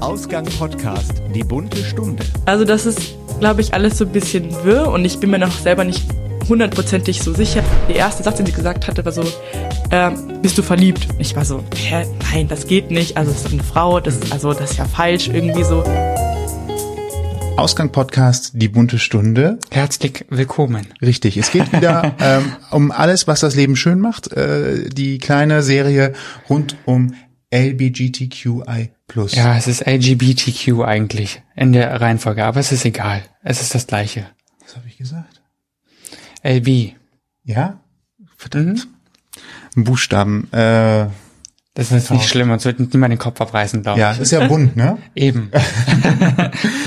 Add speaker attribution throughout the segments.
Speaker 1: Ausgang Podcast, die bunte Stunde.
Speaker 2: Also das ist, glaube ich, alles so ein bisschen wirr und ich bin mir noch selber nicht hundertprozentig so sicher. Der erste Satz, den sie gesagt hatte, war so, bist du verliebt? Ich war so, nein, das geht nicht. Also es ist eine Frau, das ist ja falsch irgendwie so.
Speaker 3: Ausgang Podcast, die bunte Stunde.
Speaker 4: Herzlich willkommen.
Speaker 3: Richtig, es geht wieder um alles, was das Leben schön macht. Die kleine Serie rund um LGBTQI+.
Speaker 4: Ja, es ist LGBTQ eigentlich in der Reihenfolge, aber es ist egal. Es ist das Gleiche.
Speaker 3: Was habe ich gesagt?
Speaker 4: LB.
Speaker 3: Ja? Verdammt. Buchstaben.
Speaker 4: Das ist nicht schlimm, uns wird niemand den Kopf abreißen, glaube ich.
Speaker 3: Ja, es ist ja bunt, ne?
Speaker 4: Eben. Wir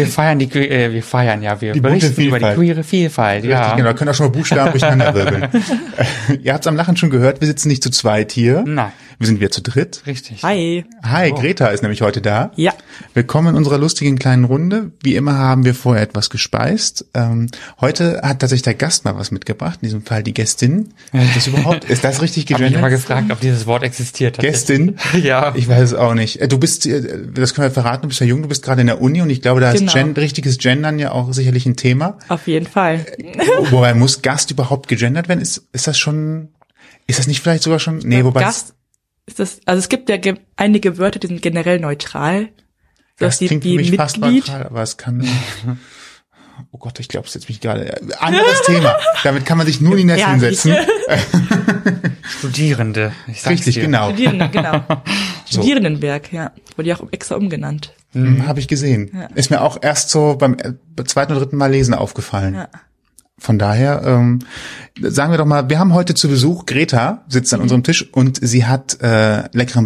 Speaker 4: berichten über die queere Vielfalt.
Speaker 3: Richtig,
Speaker 4: ja.
Speaker 3: Genau, wir können auch schon mal Buchstaben durcheinander wirbeln. Ihr habt's am Lachen schon gehört, wir sitzen nicht zu zweit hier.
Speaker 4: Nein.
Speaker 3: Wir sind zu dritt.
Speaker 4: Richtig.
Speaker 2: Hi.
Speaker 3: Hi, Greta ist nämlich heute da.
Speaker 2: Ja.
Speaker 3: Willkommen in unserer lustigen kleinen Runde. Wie immer haben wir vorher etwas gespeist. Heute hat tatsächlich der Gast mal was mitgebracht, in diesem Fall die Gästin. Ist das richtig
Speaker 4: Ich habe mich mal
Speaker 3: gegendert?
Speaker 4: gefragt, ob dieses Wort existiert.
Speaker 3: Gästin?
Speaker 4: Ja.
Speaker 3: Ich weiß es auch nicht. Du bist, das können wir verraten, du bist ja jung, du bist gerade in der Uni und ich glaube, da ist richtiges Gendern ja auch sicherlich ein Thema.
Speaker 2: Auf jeden Fall.
Speaker 3: Wobei, muss Gast überhaupt gegendert werden? Ist das nicht vielleicht sogar schon? Nee, wobei.
Speaker 2: Gast ist das, also es gibt ja einige Wörter, die sind generell neutral.
Speaker 3: Das klingt für mich fast
Speaker 2: Mitglied.
Speaker 3: neutral, aber es kann. Oh Gott, ich glaube, es jetzt mich gerade. Anderes Thema. Damit kann man sich nur in die Nesseln setzen.
Speaker 4: Studierende. Ich sag's
Speaker 3: Richtig,
Speaker 4: dir.
Speaker 3: genau.
Speaker 2: Studierenden, genau.
Speaker 3: So.
Speaker 2: Studierendenberg, ja. Wurde ja auch extra umgenannt.
Speaker 3: Habe ich gesehen.
Speaker 2: Ja.
Speaker 3: Ist mir auch erst so beim zweiten oder dritten Mal lesen aufgefallen.
Speaker 2: Ja.
Speaker 3: Von daher, sagen wir doch mal, wir haben heute zu Besuch, Greta sitzt an unserem Tisch und sie hat leckeres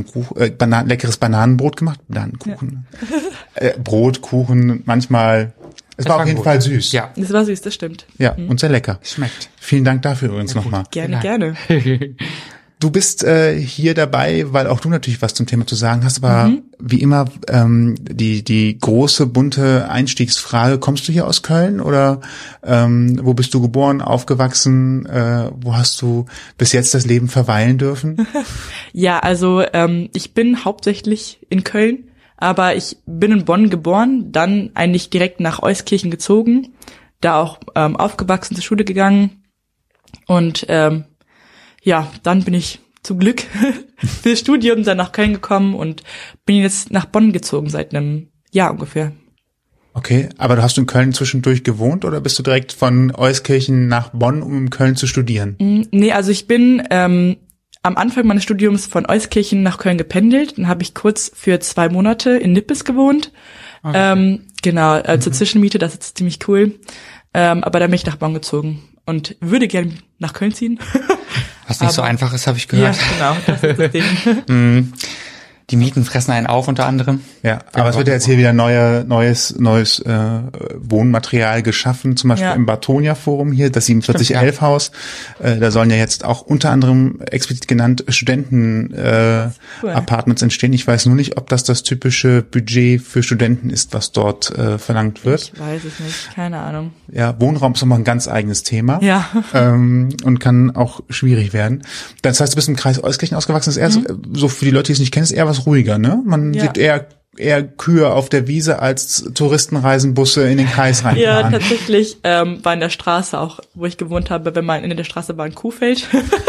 Speaker 3: Bananenbrot gemacht. Bananenkuchen. Ja. Brot, Kuchen, manchmal. Es war auf jeden
Speaker 4: gut.
Speaker 3: Fall süß.
Speaker 4: Ja.
Speaker 2: Das war süß, das stimmt.
Speaker 3: Ja, und sehr lecker.
Speaker 4: Schmeckt.
Speaker 3: Vielen Dank dafür übrigens nochmal.
Speaker 2: Gerne.
Speaker 3: Du bist hier dabei, weil auch du natürlich was zum Thema zu sagen hast, aber wie immer die große, bunte Einstiegsfrage, kommst du hier aus Köln oder wo bist du geboren, aufgewachsen, wo hast du bis jetzt das Leben verweilen dürfen?
Speaker 2: Ja, also ich bin hauptsächlich in Köln, aber ich bin in Bonn geboren, dann eigentlich direkt nach Euskirchen gezogen, da auch aufgewachsen, zur Schule gegangen und ja, dann bin ich zum Glück fürs Studium dann nach Köln gekommen und bin jetzt nach Bonn gezogen seit einem Jahr ungefähr.
Speaker 3: Okay, aber hast du in Köln zwischendurch gewohnt oder bist du direkt von Euskirchen nach Bonn, um in Köln zu studieren?
Speaker 2: Nee, also ich bin am Anfang meines Studiums von Euskirchen nach Köln gependelt. Dann habe ich kurz für 2 Monate in Nippes gewohnt. Okay. Genau, zur Zwischenmiete, das ist ziemlich cool. Aber dann bin ich nach Bonn gezogen und würde gerne nach Köln ziehen.
Speaker 4: Was nicht so einfach ist, habe ich gehört.
Speaker 2: Ja, genau, das ist das Ding.
Speaker 4: Die Mieten fressen einen auf, unter anderem.
Speaker 3: Ja, aber es wird ja jetzt hier wieder neues Wohnmaterial geschaffen, zum Beispiel im Bartonia Forum hier, das 4711 Haus. Da sollen ja jetzt auch unter anderem explizit genannt Studenten-Apartments entstehen. Ich weiß nur nicht, ob das typische Budget für Studenten ist, was dort verlangt wird.
Speaker 2: Ich weiß es nicht, keine Ahnung.
Speaker 3: Ja, Wohnraum ist nochmal ein ganz eigenes Thema.
Speaker 2: Ja.
Speaker 3: Und kann auch schwierig werden. Das heißt, du bist im Kreis Euskirchen ausgewachsen. Das ist eher so für die Leute, die es nicht kennen, ist eher was ruhiger, ne? Man sieht eher Kühe auf der Wiese als Touristenreisenbusse in den Kreis reinfahren.
Speaker 2: Ja, tatsächlich war in der Straße auch, wo ich gewohnt habe, wenn man in der Straße war, ein Kuhfeld.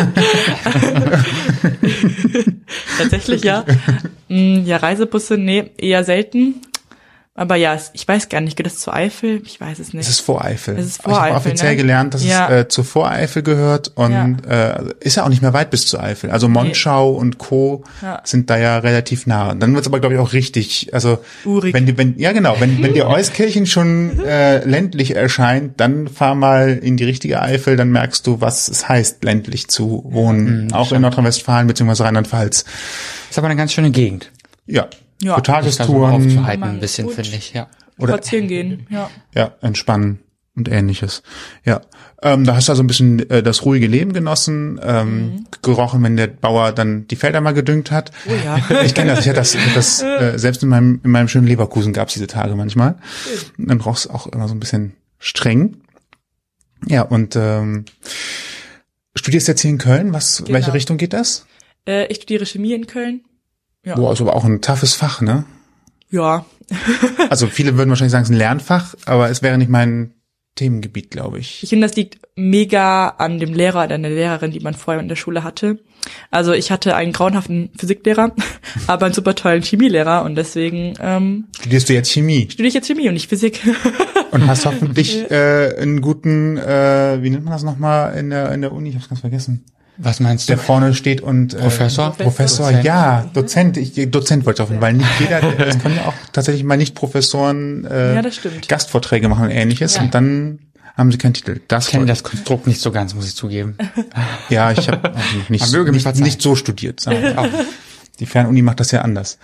Speaker 2: Tatsächlich, ja. Ja, Reisebusse, nee, eher selten. Aber ja, ich weiß gar nicht, geht das zur Eifel? Ich weiß es nicht.
Speaker 3: Es ist Voreifel.
Speaker 2: Es ist
Speaker 3: Ich habe
Speaker 2: Voreifel,
Speaker 3: offiziell
Speaker 2: ne?
Speaker 3: gelernt, dass es zur Voreifel gehört und ist ja auch nicht mehr weit bis zur Eifel. Also Monschau und Co. sind da ja relativ nah. Dann wird's aber, glaube ich, auch richtig, also
Speaker 2: urig.
Speaker 3: wenn dir Euskirchen schon ländlich erscheint, dann fahr mal in die richtige Eifel, dann merkst du, was es heißt, ländlich zu wohnen. Auch in Nordrhein-Westfalen bzw. Rheinland-Pfalz.
Speaker 4: Ist aber eine ganz schöne Gegend.
Speaker 3: Ja.
Speaker 2: Ja.
Speaker 3: Für Tagestouren.
Speaker 4: Aufzuhalten ein bisschen, finde ich, ja.
Speaker 3: Oder
Speaker 2: spazieren gehen, ja.
Speaker 3: Ja, entspannen und Ähnliches. Ja, da hast du also ein bisschen das ruhige Leben genossen, gerochen, wenn der Bauer dann die Felder mal gedüngt hat.
Speaker 2: Oh ja.
Speaker 3: Ich kenne das. Ich hatte das selbst in meinem schönen Leverkusen gab es diese Tage manchmal. Dann roch's auch immer so ein bisschen streng. Ja, und studierst jetzt hier in Köln. Welche Richtung geht das?
Speaker 2: Ich studiere Chemie in Köln. Ja.
Speaker 3: Boah, ist aber auch ein toughes Fach, ne?
Speaker 2: Ja.
Speaker 3: Also viele würden wahrscheinlich sagen, es ist ein Lernfach, aber es wäre nicht mein Themengebiet, glaube ich.
Speaker 2: Ich finde, das liegt mega an dem Lehrer oder an der Lehrerin, die man vorher in der Schule hatte. Also ich hatte einen grauenhaften Physiklehrer, aber einen super tollen Chemielehrer und deswegen
Speaker 3: Studierst du jetzt Chemie?
Speaker 2: studiere ich jetzt Chemie und nicht Physik.
Speaker 3: Und hast hoffentlich einen guten, wie nennt man das nochmal in der Uni? Ich hab's ganz vergessen.
Speaker 4: Was meinst
Speaker 3: Der
Speaker 4: du?
Speaker 3: vorne steht und
Speaker 4: Professor?
Speaker 3: Professor,
Speaker 4: Dozent.
Speaker 3: ja, Dozent wollte ich hoffen, weil nicht jeder, es können ja auch tatsächlich mal nicht Professoren
Speaker 2: Ja, das stimmt.
Speaker 3: Gastvorträge machen und ähnliches
Speaker 2: Ja.
Speaker 3: und dann haben sie keinen Titel.
Speaker 4: Ich kenne das Konstrukt nicht so ganz, muss ich zugeben.
Speaker 3: Ja, ich habe nicht,
Speaker 4: Man möge mich verzeihen.
Speaker 3: nicht so studiert. Sagen wir auch. Die Fernuni macht das ja anders.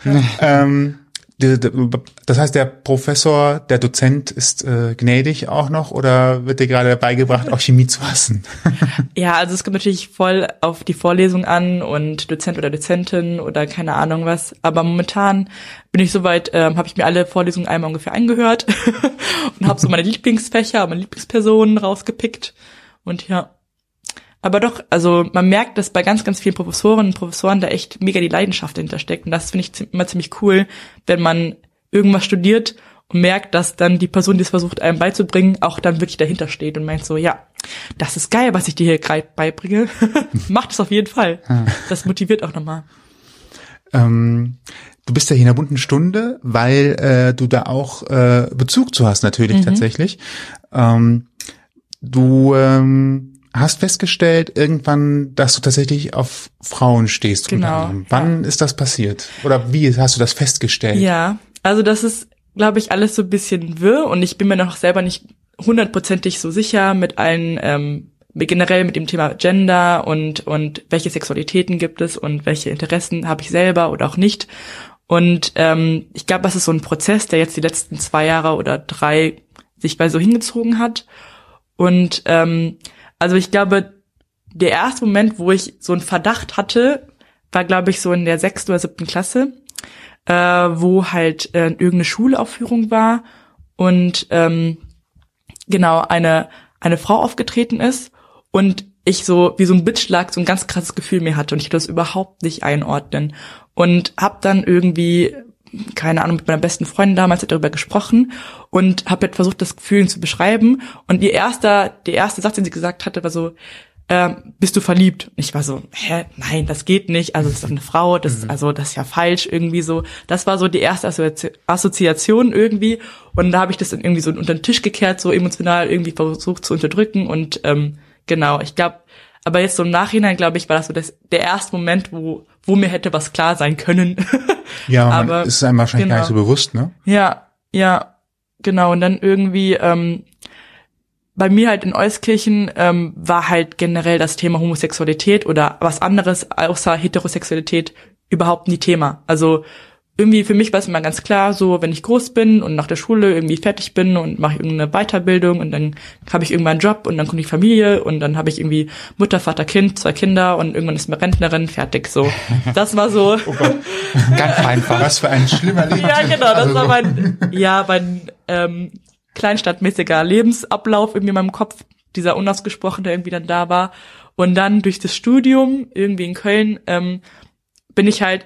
Speaker 3: Das heißt, der Professor, der Dozent ist gnädig auch noch oder wird dir gerade beigebracht, auch Chemie zu hassen?
Speaker 2: Ja, also es kommt natürlich voll auf die Vorlesung an und Dozent oder Dozentin oder keine Ahnung was. Aber momentan bin ich soweit, habe ich mir alle Vorlesungen einmal ungefähr angehört und habe so meine Lieblingsfächer, meine Lieblingspersonen rausgepickt. Und ja, aber doch, also man merkt, dass bei ganz, ganz vielen Professorinnen und Professoren da echt mega die Leidenschaft dahinter steckt. Und das finde ich immer ziemlich cool, wenn man irgendwas studiert und merkt, dass dann die Person, die es versucht, einem beizubringen, auch dann wirklich dahinter steht und meint so, ja, das ist geil, was ich dir hier gerade beibringe. Mach das auf jeden Fall. Das motiviert auch nochmal.
Speaker 3: Du bist ja hier in der bunten Stunde, weil du da auch Bezug zu hast natürlich tatsächlich. Du hast festgestellt irgendwann, dass du tatsächlich auf Frauen stehst.
Speaker 2: Genau.
Speaker 3: Wann ist das passiert? Oder wie hast du das festgestellt?
Speaker 2: Ja, also das ist, glaube ich, alles so ein bisschen wirr und ich bin mir noch selber nicht hundertprozentig so sicher mit allen, generell mit dem Thema Gender und welche Sexualitäten gibt es und welche Interessen habe ich selber oder auch nicht. Und ich glaube, das ist so ein Prozess, der jetzt die letzten 2 Jahre oder 3 sich quasi so hingezogen hat. Und also ich glaube, der erste Moment, wo ich so einen Verdacht hatte, war, glaube ich, so in der 6. oder 7. Klasse, wo halt irgendeine Schulaufführung war und genau eine Frau aufgetreten ist und ich so wie so ein Blitzschlag so ein ganz krasses Gefühl mir hatte und ich konnte das überhaupt nicht einordnen und hab dann irgendwie, keine Ahnung, mit meiner besten Freundin damals darüber gesprochen und habe halt versucht, das Gefühl zu beschreiben und der erste Satz, den sie gesagt hatte, war so, bist du verliebt? Und ich war so, nein, das geht nicht, also das ist doch eine Frau, das ist ja falsch irgendwie so. Das war so die erste Assoziation irgendwie und da habe ich das dann irgendwie so unter den Tisch gekehrt, so emotional irgendwie versucht zu unterdrücken und genau, ich glaube, aber jetzt so im Nachhinein, glaube ich, war das so der erste Moment, wo mir hätte was klar sein können.
Speaker 3: Ja,
Speaker 2: aber
Speaker 3: ist einem wahrscheinlich gar nicht so bewusst, ne?
Speaker 2: Ja, genau. Und dann irgendwie bei mir halt in Euskirchen war halt generell das Thema Homosexualität oder was anderes außer Heterosexualität überhaupt nie Thema. Also irgendwie für mich war es immer ganz klar, so wenn ich groß bin und nach der Schule irgendwie fertig bin und mache irgendeine Weiterbildung und dann habe ich irgendwann einen Job und dann kommt die Familie und dann habe ich irgendwie Mutter, Vater, Kind, 2 Kinder und irgendwann ist mir Rentnerin, fertig. So, das war so.
Speaker 3: Oh Gott.
Speaker 4: Ganz einfach.
Speaker 3: Was für ein schlimmer Leben.
Speaker 2: Ja, genau, das
Speaker 3: Also
Speaker 2: war
Speaker 3: so.
Speaker 2: mein kleinstadtmäßiger Lebensablauf irgendwie in meinem Kopf, dieser unausgesprochene, der irgendwie dann da war. Und dann durch das Studium irgendwie in Köln bin ich halt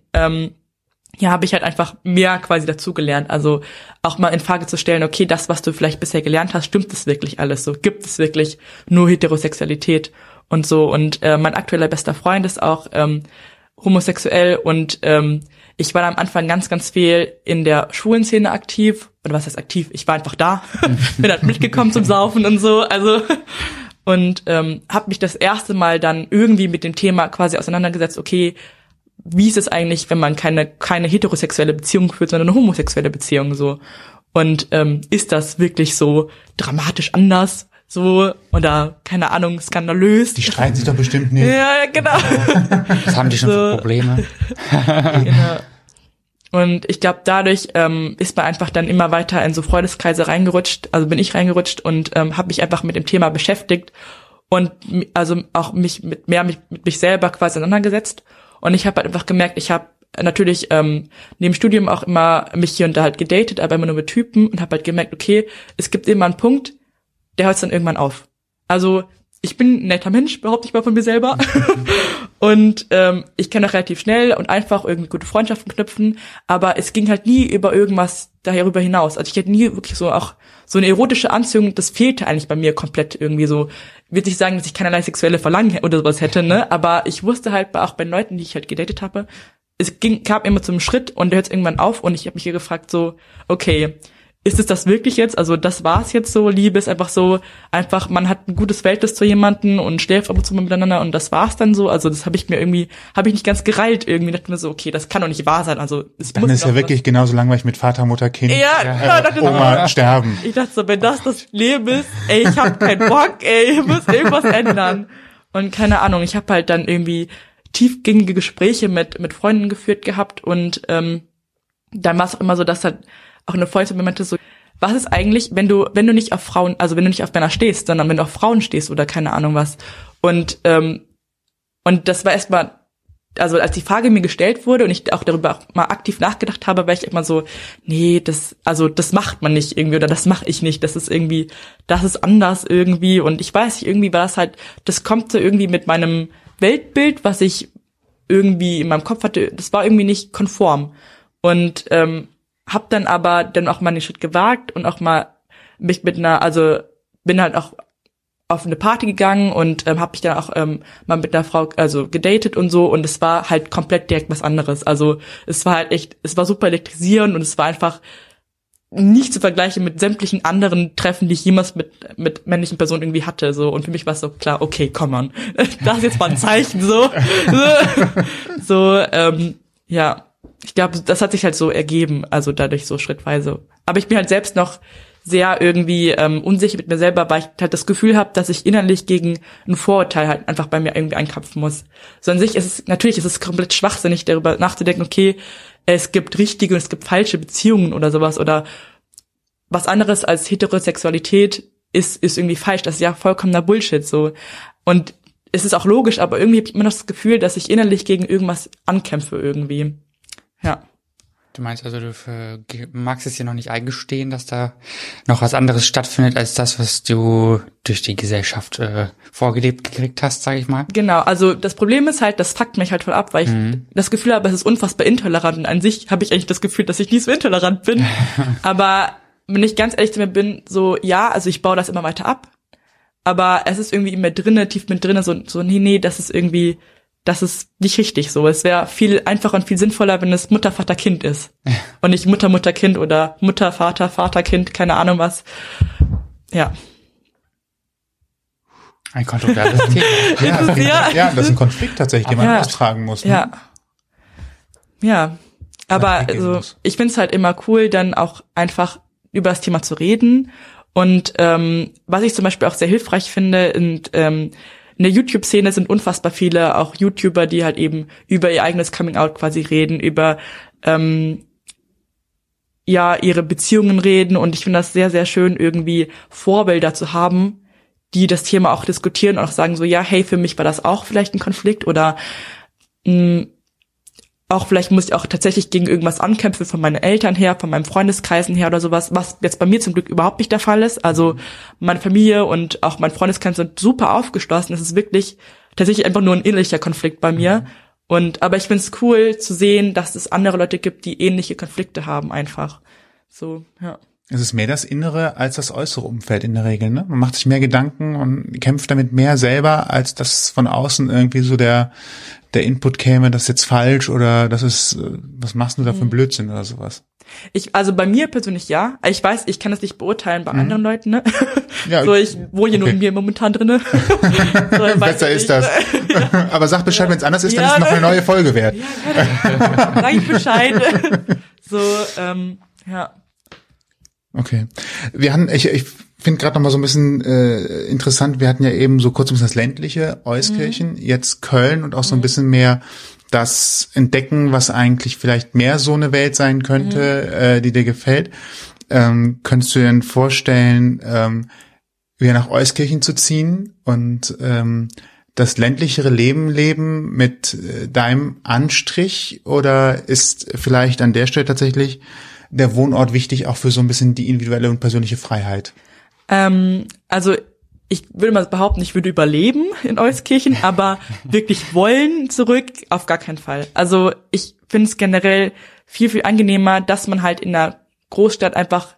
Speaker 2: habe ich halt einfach mehr quasi dazugelernt. Also auch mal in Frage zu stellen, okay, das, was du vielleicht bisher gelernt hast, stimmt es wirklich alles so? Gibt es wirklich nur Heterosexualität und so? Und mein aktueller bester Freund ist auch homosexuell und ich war am Anfang ganz, ganz viel in der schwulen Szene aktiv. Oder was heißt aktiv? Ich war einfach da. Bin halt mitgekommen zum Saufen und so. Also und habe mich das erste Mal dann irgendwie mit dem Thema quasi auseinandergesetzt, okay, wie ist es eigentlich, wenn man keine heterosexuelle Beziehung führt, sondern eine homosexuelle Beziehung so? Und ist das wirklich so dramatisch anders? So, oder, keine Ahnung, skandalös.
Speaker 3: Die streiten sich doch bestimmt nicht.
Speaker 2: Ja, genau.
Speaker 4: Was haben die schon für Probleme?
Speaker 2: Genau. Und ich glaube, dadurch ist man einfach dann immer weiter in so Freundeskreise reingerutscht, also bin ich reingerutscht und habe mich einfach mit dem Thema beschäftigt und also auch mich mit mich selber quasi auseinandergesetzt. Und ich habe halt einfach gemerkt, ich habe natürlich neben Studium auch immer mich hier und da halt gedatet, aber immer nur mit Typen und habe halt gemerkt, okay, es gibt immer einen Punkt, der hört dann irgendwann auf. Also ich bin ein netter Mensch, behaupte ich mal von mir selber. Und ich kann auch relativ schnell und einfach irgendwie gute Freundschaften knüpfen, aber es ging halt nie über irgendwas darüber hinaus. Also ich hatte nie wirklich so auch so eine erotische Anziehung, das fehlte eigentlich bei mir komplett irgendwie so. Ich will nicht sagen, dass ich keinerlei sexuelle Verlangen oder sowas hätte, ne? Aber ich wusste halt auch bei Leuten, die ich halt gedatet habe, kam immer zum Schritt und der hört irgendwann auf und ich habe mich hier gefragt so, okay, ist es das wirklich jetzt? Also das war's jetzt so, Liebe ist einfach, man hat ein gutes Verhältnis zu jemanden und schläft ab und zu mal miteinander und das war's dann so. Also das habe ich nicht ganz gereilt irgendwie. Dachte mir so, okay, das kann doch nicht wahr sein. Also es
Speaker 3: dann
Speaker 2: muss
Speaker 3: ist ja wirklich genauso langweilig mit Vater, Mutter, Kind.
Speaker 2: Ja, dachte
Speaker 3: Oma sterben.
Speaker 2: Ich dachte so, wenn das Leben ist, ey, ich hab keinen Bock, ey, ich muss irgendwas ändern. Und keine Ahnung, ich habe halt dann irgendwie tiefgängige Gespräche mit Freunden geführt gehabt und dann war es auch immer so, dass halt auch eine Freundin mir meinte so, was ist eigentlich, wenn du nicht auf Frauen, also wenn du nicht auf Männer stehst, sondern wenn du auf Frauen stehst oder keine Ahnung was. Und das war erstmal, also als die Frage mir gestellt wurde und ich auch darüber auch mal aktiv nachgedacht habe, war ich immer so, nee, das macht man nicht irgendwie oder das mache ich nicht, das ist anders irgendwie und ich weiß nicht, irgendwie war das halt, das kommt so irgendwie mit meinem Weltbild, was ich irgendwie in meinem Kopf hatte, das war irgendwie nicht konform und hab dann aber auch mal den Schritt gewagt und auch mal mich bin halt auch auf eine Party gegangen und hab mich dann auch mal mit einer Frau gedatet und so und es war halt komplett direkt was anderes. Also es war halt echt, es war super elektrisierend und es war einfach nicht zu vergleichen mit sämtlichen anderen Treffen, die ich jemals mit männlichen Personen irgendwie hatte. So und für mich war es so klar, okay, komm on, das ist jetzt mal ein Zeichen ja. Ich glaube, das hat sich halt so ergeben, also dadurch so schrittweise. Aber ich bin halt selbst noch sehr irgendwie unsicher mit mir selber, weil ich halt das Gefühl habe, dass ich innerlich gegen ein Vorurteil halt einfach bei mir irgendwie einkämpfen muss. So an sich ist es komplett schwachsinnig, darüber nachzudenken, okay, es gibt richtige und es gibt falsche Beziehungen oder sowas oder was anderes als Heterosexualität ist irgendwie falsch. Das ist ja vollkommener Bullshit so. Und es ist auch logisch, aber irgendwie habe ich immer noch das Gefühl, dass ich innerlich gegen irgendwas ankämpfe irgendwie. Ja.
Speaker 4: Du meinst also, du magst es dir noch nicht eingestehen, dass da noch was anderes stattfindet als das, was du durch die Gesellschaft vorgelebt gekriegt hast, sage ich mal?
Speaker 2: Genau, also das Problem ist halt, das fuckt mich halt voll ab, weil ich das Gefühl habe, es ist unfassbar intolerant und an sich habe ich eigentlich das Gefühl, dass ich nicht so intolerant bin. Aber wenn ich ganz ehrlich zu mir bin, so ja, also ich baue das immer weiter ab, aber es ist irgendwie in mir drinne, tief mit drinne, so nee, das ist nicht richtig so. Es wäre viel einfacher und viel sinnvoller, wenn es Mutter, Vater, Kind ist. Und nicht Mutter, Mutter, Kind oder Mutter, Vater, Vater, Kind, keine Ahnung was. Ja.
Speaker 4: Ein kontroverses Thema.
Speaker 3: Ja, das ist ein Konflikt tatsächlich, den man austragen muss. Ne?
Speaker 2: Ja. Ja. Aber also, ich find's halt immer cool, dann auch einfach über das Thema zu reden. Und was ich zum Beispiel auch sehr hilfreich finde, in der YouTube-Szene sind unfassbar viele auch YouTuber, die halt eben über ihr eigenes Coming-out quasi reden, über ihre Beziehungen reden und ich finde das sehr, sehr schön, irgendwie Vorbilder zu haben, die das Thema auch diskutieren und auch sagen so, ja, hey, für mich war das auch vielleicht ein Konflikt oder auch vielleicht muss ich auch tatsächlich gegen irgendwas ankämpfen von meinen Eltern her, von meinem Freundeskreisen her oder sowas, was jetzt bei mir zum Glück überhaupt nicht der Fall ist. Also meine Familie und auch mein Freundeskreis sind super aufgeschlossen. Es ist wirklich tatsächlich einfach nur ein innerlicher Konflikt bei mir. Aber ich find's cool zu sehen, dass es andere Leute gibt, die ähnliche Konflikte haben einfach. So, ja.
Speaker 3: Es ist mehr das Innere als das äußere Umfeld in der Regel, ne? Man macht sich mehr Gedanken und kämpft damit mehr selber, als dass von außen irgendwie so der Input käme, das ist jetzt falsch oder das ist, was machst du da für einen Blödsinn oder sowas?
Speaker 2: Also bei mir persönlich ja. Ich weiß, ich kann das nicht beurteilen bei anderen Leuten, ne?
Speaker 3: Ja,
Speaker 2: so, ich wohne hier nur in mir momentan drinne. So,
Speaker 3: besser ist das. Aber sag Bescheid, wenn es anders ist, dann ist es noch eine neue Folge wert.
Speaker 2: Ja, sag ich Bescheid. So, ja.
Speaker 3: Okay. Ich finde gerade noch mal so ein bisschen interessant, wir hatten ja eben so kurz ein bisschen das ländliche Euskirchen, jetzt Köln und auch so ein bisschen mehr das Entdecken, was eigentlich vielleicht mehr so eine Welt sein könnte, die dir gefällt. Könntest du dir denn vorstellen, wieder nach Euskirchen zu ziehen und das ländlichere Leben leben mit deinem Anstrich oder ist vielleicht an der Stelle tatsächlich der Wohnort wichtig auch für so ein bisschen die individuelle und persönliche Freiheit?
Speaker 2: Also ich würde mal behaupten, ich würde überleben in Euskirchen, aber wirklich wollen zurück, auf gar keinen Fall. Also ich finde es generell viel, viel angenehmer, dass man halt in einer Großstadt einfach,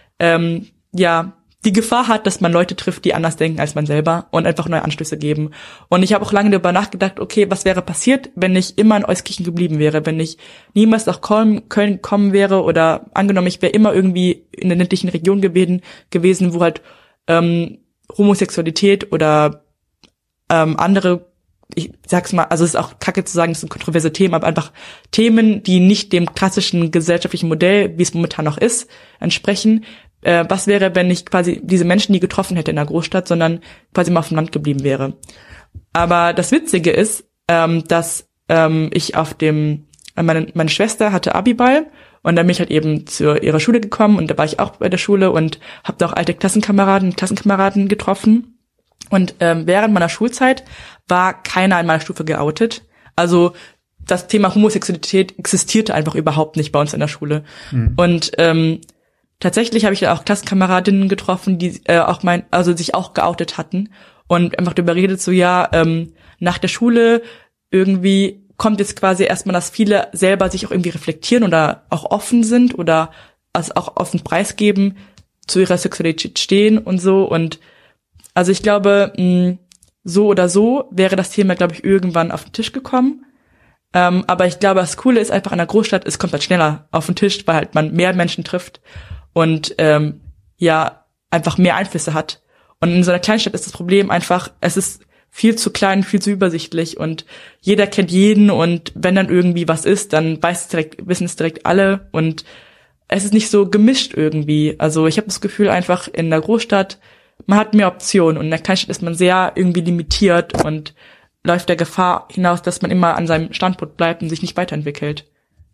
Speaker 2: die Gefahr hat, dass man Leute trifft, die anders denken als man selber und einfach neue Anstöße geben. Und ich habe auch lange darüber nachgedacht, okay, was wäre passiert, wenn ich immer in Euskirchen geblieben wäre, wenn ich niemals nach Köln gekommen wäre oder angenommen, ich wäre immer irgendwie in der ländlichen Region gewesen, wo halt Homosexualität oder andere, ich sag's mal, also es ist auch kacke zu sagen, es sind kontroverse Themen, aber einfach Themen, die nicht dem klassischen gesellschaftlichen Modell, wie es momentan noch ist, entsprechen. Was wäre, wenn ich quasi diese Menschen nie getroffen hätte in der Großstadt, sondern quasi mal auf dem Land geblieben wäre. Aber das Witzige ist, dass ich meine Schwester hatte Abiball und dann bin ich halt eben zu ihrer Schule gekommen und da war ich auch bei der Schule und habe da auch alte Klassenkameraden getroffen. Und während meiner Schulzeit war keiner in meiner Stufe geoutet. Also das Thema Homosexualität existierte einfach überhaupt nicht bei uns in der Schule. Mhm. Und tatsächlich habe ich auch Klassenkameradinnen getroffen, die sich auch geoutet hatten und einfach darüber redet, so nach der Schule irgendwie kommt jetzt quasi erstmal, dass viele selber sich auch irgendwie reflektieren oder auch offen sind oder also auch offen preisgeben, zu ihrer Sexualität stehen und so. Und also ich glaube, so oder so wäre das Thema, glaube ich, irgendwann auf den Tisch gekommen. Aber ich glaube, das Coole ist einfach, in einer Großstadt, es kommt halt schneller auf den Tisch, weil halt man mehr Menschen trifft und einfach mehr Einflüsse hat. Und in so einer Kleinstadt ist das Problem einfach, es ist viel zu klein, viel zu übersichtlich und jeder kennt jeden und wenn dann irgendwie was ist, dann wissen es direkt alle und es ist nicht so gemischt irgendwie. Also ich habe das Gefühl einfach in der Großstadt, man hat mehr Optionen und in der Kleinstadt ist man sehr irgendwie limitiert und läuft der Gefahr hinaus, dass man immer an seinem Standpunkt bleibt und sich nicht weiterentwickelt.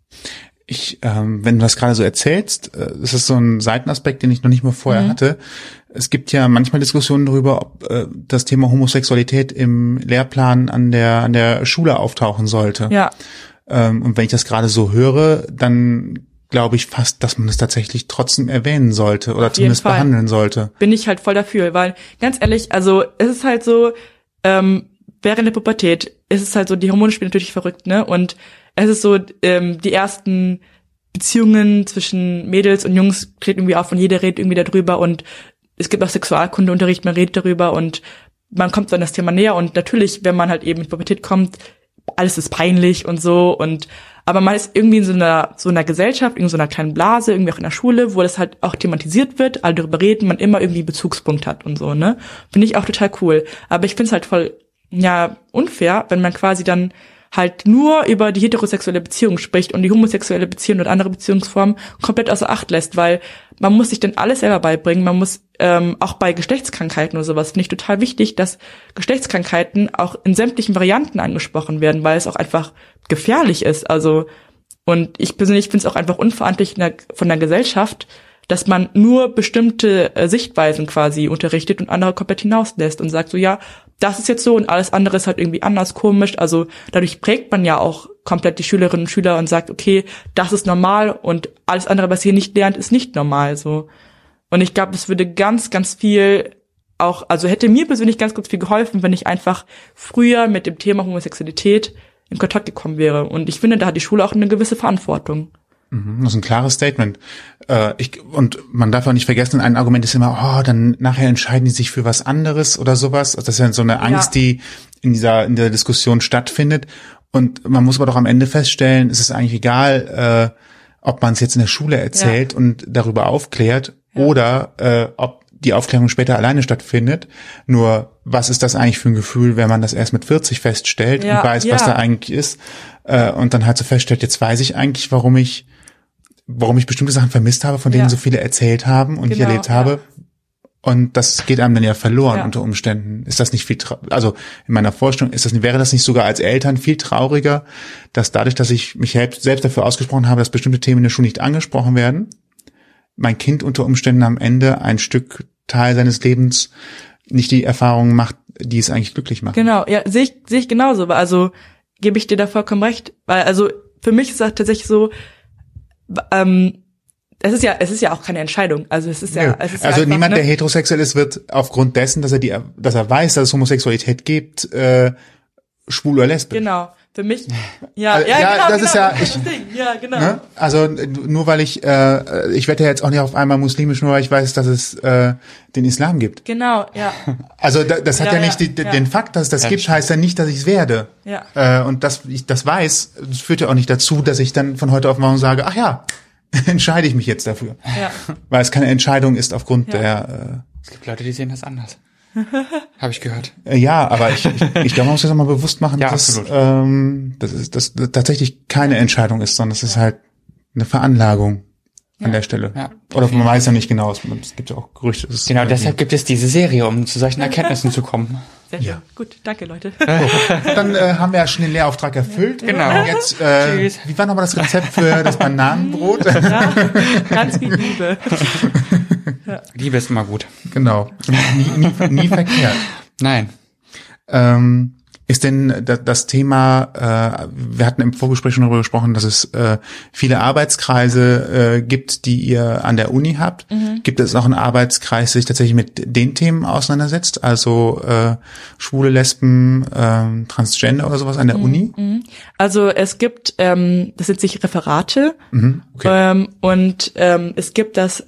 Speaker 3: Wenn du das gerade so erzählst, das ist so ein Seitenaspekt, den ich noch nicht mal vorher hatte. Es gibt ja manchmal Diskussionen darüber, ob das Thema Homosexualität im Lehrplan an der Schule auftauchen sollte.
Speaker 2: Ja.
Speaker 3: Und wenn ich das gerade so höre, dann glaube ich fast, dass man es tatsächlich trotzdem erwähnen sollte oder zumindest behandeln sollte.
Speaker 2: Bin ich halt voll dafür, weil ganz ehrlich, also es ist halt so, während der Pubertät ist es halt so, die Hormone spielen natürlich verrückt, ne? Und es ist so, die ersten Beziehungen zwischen Mädels und Jungs treten irgendwie auf und jeder redet irgendwie darüber und es gibt auch Sexualkundeunterricht, man redet darüber und man kommt dann das Thema näher und natürlich, wenn man halt eben in die Pubertät kommt, alles ist peinlich und so aber man ist irgendwie in so einer Gesellschaft, in so einer kleinen Blase, irgendwie auch in der Schule, wo das halt auch thematisiert wird, alle darüber reden, man immer irgendwie einen Bezugspunkt hat und so, ne? Finde ich auch total cool. Aber ich finde es halt voll, unfair, wenn man quasi dann halt nur über die heterosexuelle Beziehung spricht und die homosexuelle Beziehung und andere Beziehungsformen komplett außer Acht lässt, weil man muss sich dann alles selber beibringen, man muss auch bei Geschlechtskrankheiten oder sowas, finde ich total wichtig, dass Geschlechtskrankheiten auch in sämtlichen Varianten angesprochen werden, weil es auch einfach gefährlich ist, also und ich persönlich finde es auch einfach unverantwortlich von der Gesellschaft, dass man nur bestimmte Sichtweisen quasi unterrichtet und andere komplett hinauslässt und sagt so, ja, das ist jetzt so und alles andere ist halt irgendwie anders, komisch. Also dadurch prägt man ja auch komplett die Schülerinnen und Schüler und sagt, okay, das ist normal und alles andere, was ihr nicht lernt, ist nicht normal. So. Und ich glaube, es würde ganz, ganz viel auch, also hätte mir persönlich ganz, ganz viel geholfen, wenn ich einfach früher mit dem Thema Homosexualität in Kontakt gekommen wäre. Und ich finde, da hat die Schule auch eine gewisse Verantwortung.
Speaker 3: Das ist ein klares Statement. Und man darf auch nicht vergessen, ein Argument ist immer, dann nachher entscheiden die sich für was anderes oder sowas. Also das ist ja so eine Angst, die in der Diskussion stattfindet. Und man muss aber doch am Ende feststellen, es ist eigentlich egal, ob man es jetzt in der Schule erzählt und darüber aufklärt oder ob die Aufklärung später alleine stattfindet. Nur, was ist das eigentlich für ein Gefühl, wenn man das erst mit 40 feststellt und weiß, was da eigentlich ist, und dann halt so feststellt, jetzt weiß ich eigentlich, warum ich bestimmte Sachen vermisst habe, von denen so viele erzählt haben und ich erlebt habe. Und das geht einem dann ja verloren unter Umständen. Ist das nicht viel, also in meiner Vorstellung wäre das nicht sogar als Eltern viel trauriger, dass dadurch, dass ich mich selbst dafür ausgesprochen habe, dass bestimmte Themen in der Schule nicht angesprochen werden, mein Kind unter Umständen am Ende ein Stück Teil seines Lebens nicht die Erfahrungen macht, die es eigentlich glücklich machen.
Speaker 2: Genau, ja, sehe ich genauso. Also gebe ich dir da vollkommen recht, weil also für mich ist das tatsächlich so, es ist ja auch keine Entscheidung. Also es ist ja, es ist ja
Speaker 3: also
Speaker 2: einfach,
Speaker 3: niemand,
Speaker 2: ne?
Speaker 3: der heterosexuell ist, wird aufgrund dessen, dass er weiß, dass es Homosexualität gibt, schwul oder lesbisch.
Speaker 2: Genau. Für mich, ja,
Speaker 3: Also,
Speaker 2: ja,
Speaker 3: ja,
Speaker 2: genau,
Speaker 3: das
Speaker 2: genau,
Speaker 3: ist ja-
Speaker 2: das ist das Ding. Ja, genau.
Speaker 3: Ne? Also nur weil ich werde ja jetzt auch nicht auf einmal muslimisch, nur weil ich weiß, dass es den Islam gibt.
Speaker 2: Genau, ja.
Speaker 3: Also das hat
Speaker 2: Ja,
Speaker 3: ja nicht
Speaker 2: ja.
Speaker 3: den Fakt, dass es das
Speaker 4: Ja,
Speaker 3: gibt, heißt ja nicht, dass ich es werde.
Speaker 2: Ja.
Speaker 3: Und dass ich das weiß, das führt ja auch nicht dazu, dass ich dann von heute auf morgen sage, ach ja, entscheide ich mich jetzt dafür.
Speaker 2: Ja.
Speaker 3: Weil es keine Entscheidung ist aufgrund
Speaker 2: Ja.
Speaker 3: der
Speaker 4: Es gibt Leute, die sehen das anders. Habe ich gehört.
Speaker 3: ja, aber ich glaube, man muss das auch mal bewusst machen,
Speaker 4: Ja,
Speaker 3: dass
Speaker 4: absolut.
Speaker 3: das tatsächlich keine Entscheidung ist, sondern es ist halt eine Veranlagung an der Stelle.
Speaker 4: Ja.
Speaker 3: Oder man weiß ja nicht genau, es gibt ja auch Gerüchte. dass es
Speaker 4: Genau,
Speaker 3: irgendwie-
Speaker 4: deshalb gibt es diese Serie, um zu solchen Erkenntnissen zu kommen.
Speaker 2: Sehr schön.
Speaker 3: Ja.
Speaker 2: Gut, danke, Leute.
Speaker 3: Dann haben wir ja schon den Lehrauftrag erfüllt.
Speaker 4: Genau.
Speaker 3: Und jetzt,
Speaker 4: Tschüss.
Speaker 3: wie war nochmal das Rezept für das Bananenbrot?
Speaker 2: Ja, ganz viel Liebe.
Speaker 4: Liebe ist immer gut.
Speaker 3: Genau. Nie verkehrt.
Speaker 4: Nein.
Speaker 3: Ist denn das Thema, wir hatten im Vorgespräch schon darüber gesprochen, dass es viele Arbeitskreise gibt, die ihr an der Uni habt. Gibt es auch einen Arbeitskreis, der sich tatsächlich mit den Themen auseinandersetzt? Also Schwule, Lesben, Transgender oder sowas an der Uni?
Speaker 2: Also es gibt, das sind sich Referate,
Speaker 3: Okay.
Speaker 2: und es gibt das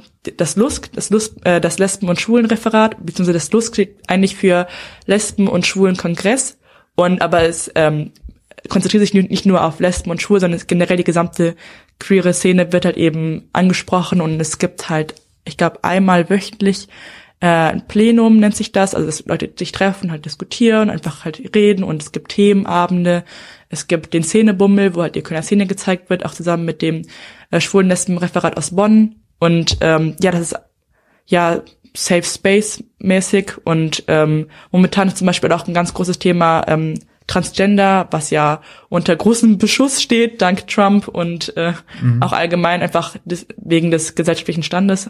Speaker 2: Lesben- und Schwulenreferat, beziehungsweise das LUSK steht eigentlich für Lesben- und Schwulen-Kongress. Aber es konzentriert sich nicht nur auf Lesben und Schwul, sondern generell die gesamte queere Szene wird halt eben angesprochen, und es gibt halt, ich glaube, einmal wöchentlich ein Plenum nennt sich das, also dass Leute sich treffen, halt diskutieren, einfach halt reden, und es gibt Themenabende, es gibt den Szenebummel, wo halt die Kölner Szene gezeigt wird, auch zusammen mit dem Schwulen-Lesben-Referat aus Bonn, und das ist ja Safe Space mäßig, und momentan ist zum Beispiel auch ein ganz großes Thema Transgender, was ja unter großem Beschuss steht, dank Trump, und auch allgemein einfach wegen des gesellschaftlichen Standes.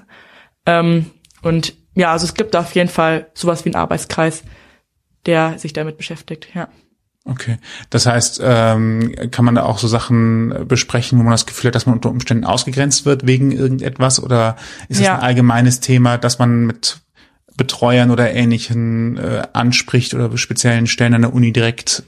Speaker 2: Und ja, also es gibt auf jeden Fall sowas wie einen Arbeitskreis, der sich damit beschäftigt, ja.
Speaker 3: Okay. Das heißt, kann man da auch so Sachen besprechen, wo man das Gefühl hat, dass man unter Umständen ausgegrenzt wird wegen irgendetwas? Oder ist es
Speaker 2: Ja.
Speaker 3: ein allgemeines Thema, das man mit Betreuern oder Ähnlichen anspricht oder speziellen Stellen an der Uni direkt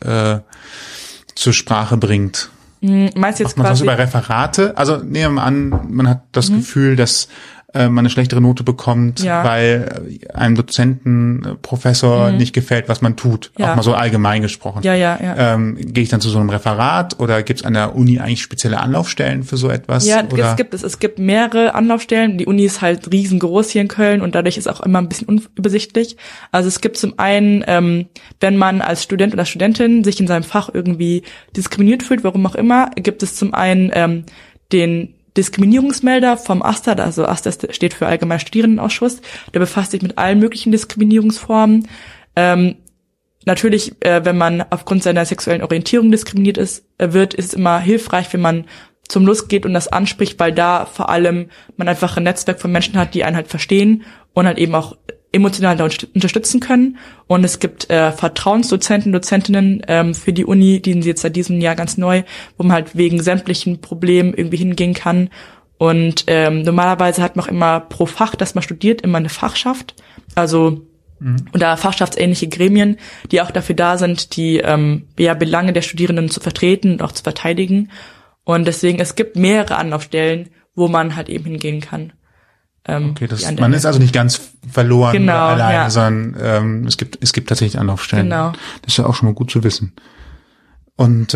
Speaker 3: zur Sprache bringt?
Speaker 2: Meinst du jetzt
Speaker 3: Macht man das
Speaker 2: quasi,
Speaker 3: über Referate? Also nehmen wir an, man hat das Gefühl, dass man eine schlechtere Note bekommt,
Speaker 2: Ja.
Speaker 3: weil einem Dozenten, Professor nicht gefällt, was man tut.
Speaker 2: Ja.
Speaker 3: Auch mal so allgemein gesprochen.
Speaker 2: Ja.
Speaker 3: Gehe ich dann zu so einem Referat oder gibt es an der Uni eigentlich spezielle Anlaufstellen für so etwas?
Speaker 2: Ja,
Speaker 3: oder?
Speaker 2: es gibt mehrere Anlaufstellen. Die Uni ist halt riesengroß hier in Köln, und dadurch ist auch immer ein bisschen unübersichtlich. Also es gibt zum einen, wenn man als Student oder Studentin sich in seinem Fach irgendwie diskriminiert fühlt, warum auch immer, gibt es zum einen den Diskriminierungsmelder vom AStA, also AStA steht für Allgemeiner Studierendenausschuss, der befasst sich mit allen möglichen Diskriminierungsformen. Natürlich, wenn man aufgrund seiner sexuellen Orientierung diskriminiert wird, ist es immer hilfreich, wenn man zum LUSK geht und das anspricht, weil da vor allem man einfach ein Netzwerk von Menschen hat, die einen halt verstehen und halt eben auch emotional da unterstützen können. Und es gibt Vertrauensdozenten, Dozentinnen für die Uni, die sind jetzt seit diesem Jahr ganz neu, wo man halt wegen sämtlichen Problemen irgendwie hingehen kann. Und normalerweise hat man auch immer pro Fach, das man studiert, immer eine Fachschaft. Also oder fachschaftsähnliche Gremien, die auch dafür da sind, die Belange der Studierenden zu vertreten und auch zu verteidigen. Und deswegen, es gibt mehrere Anlaufstellen, wo man halt eben hingehen kann.
Speaker 3: Okay, man ist also nicht ganz verloren
Speaker 2: Genau,
Speaker 3: oder alleine,
Speaker 2: ja.
Speaker 3: sondern es gibt tatsächlich Anlaufstellen.
Speaker 2: Genau.
Speaker 3: Das ist ja auch schon mal gut zu wissen. Und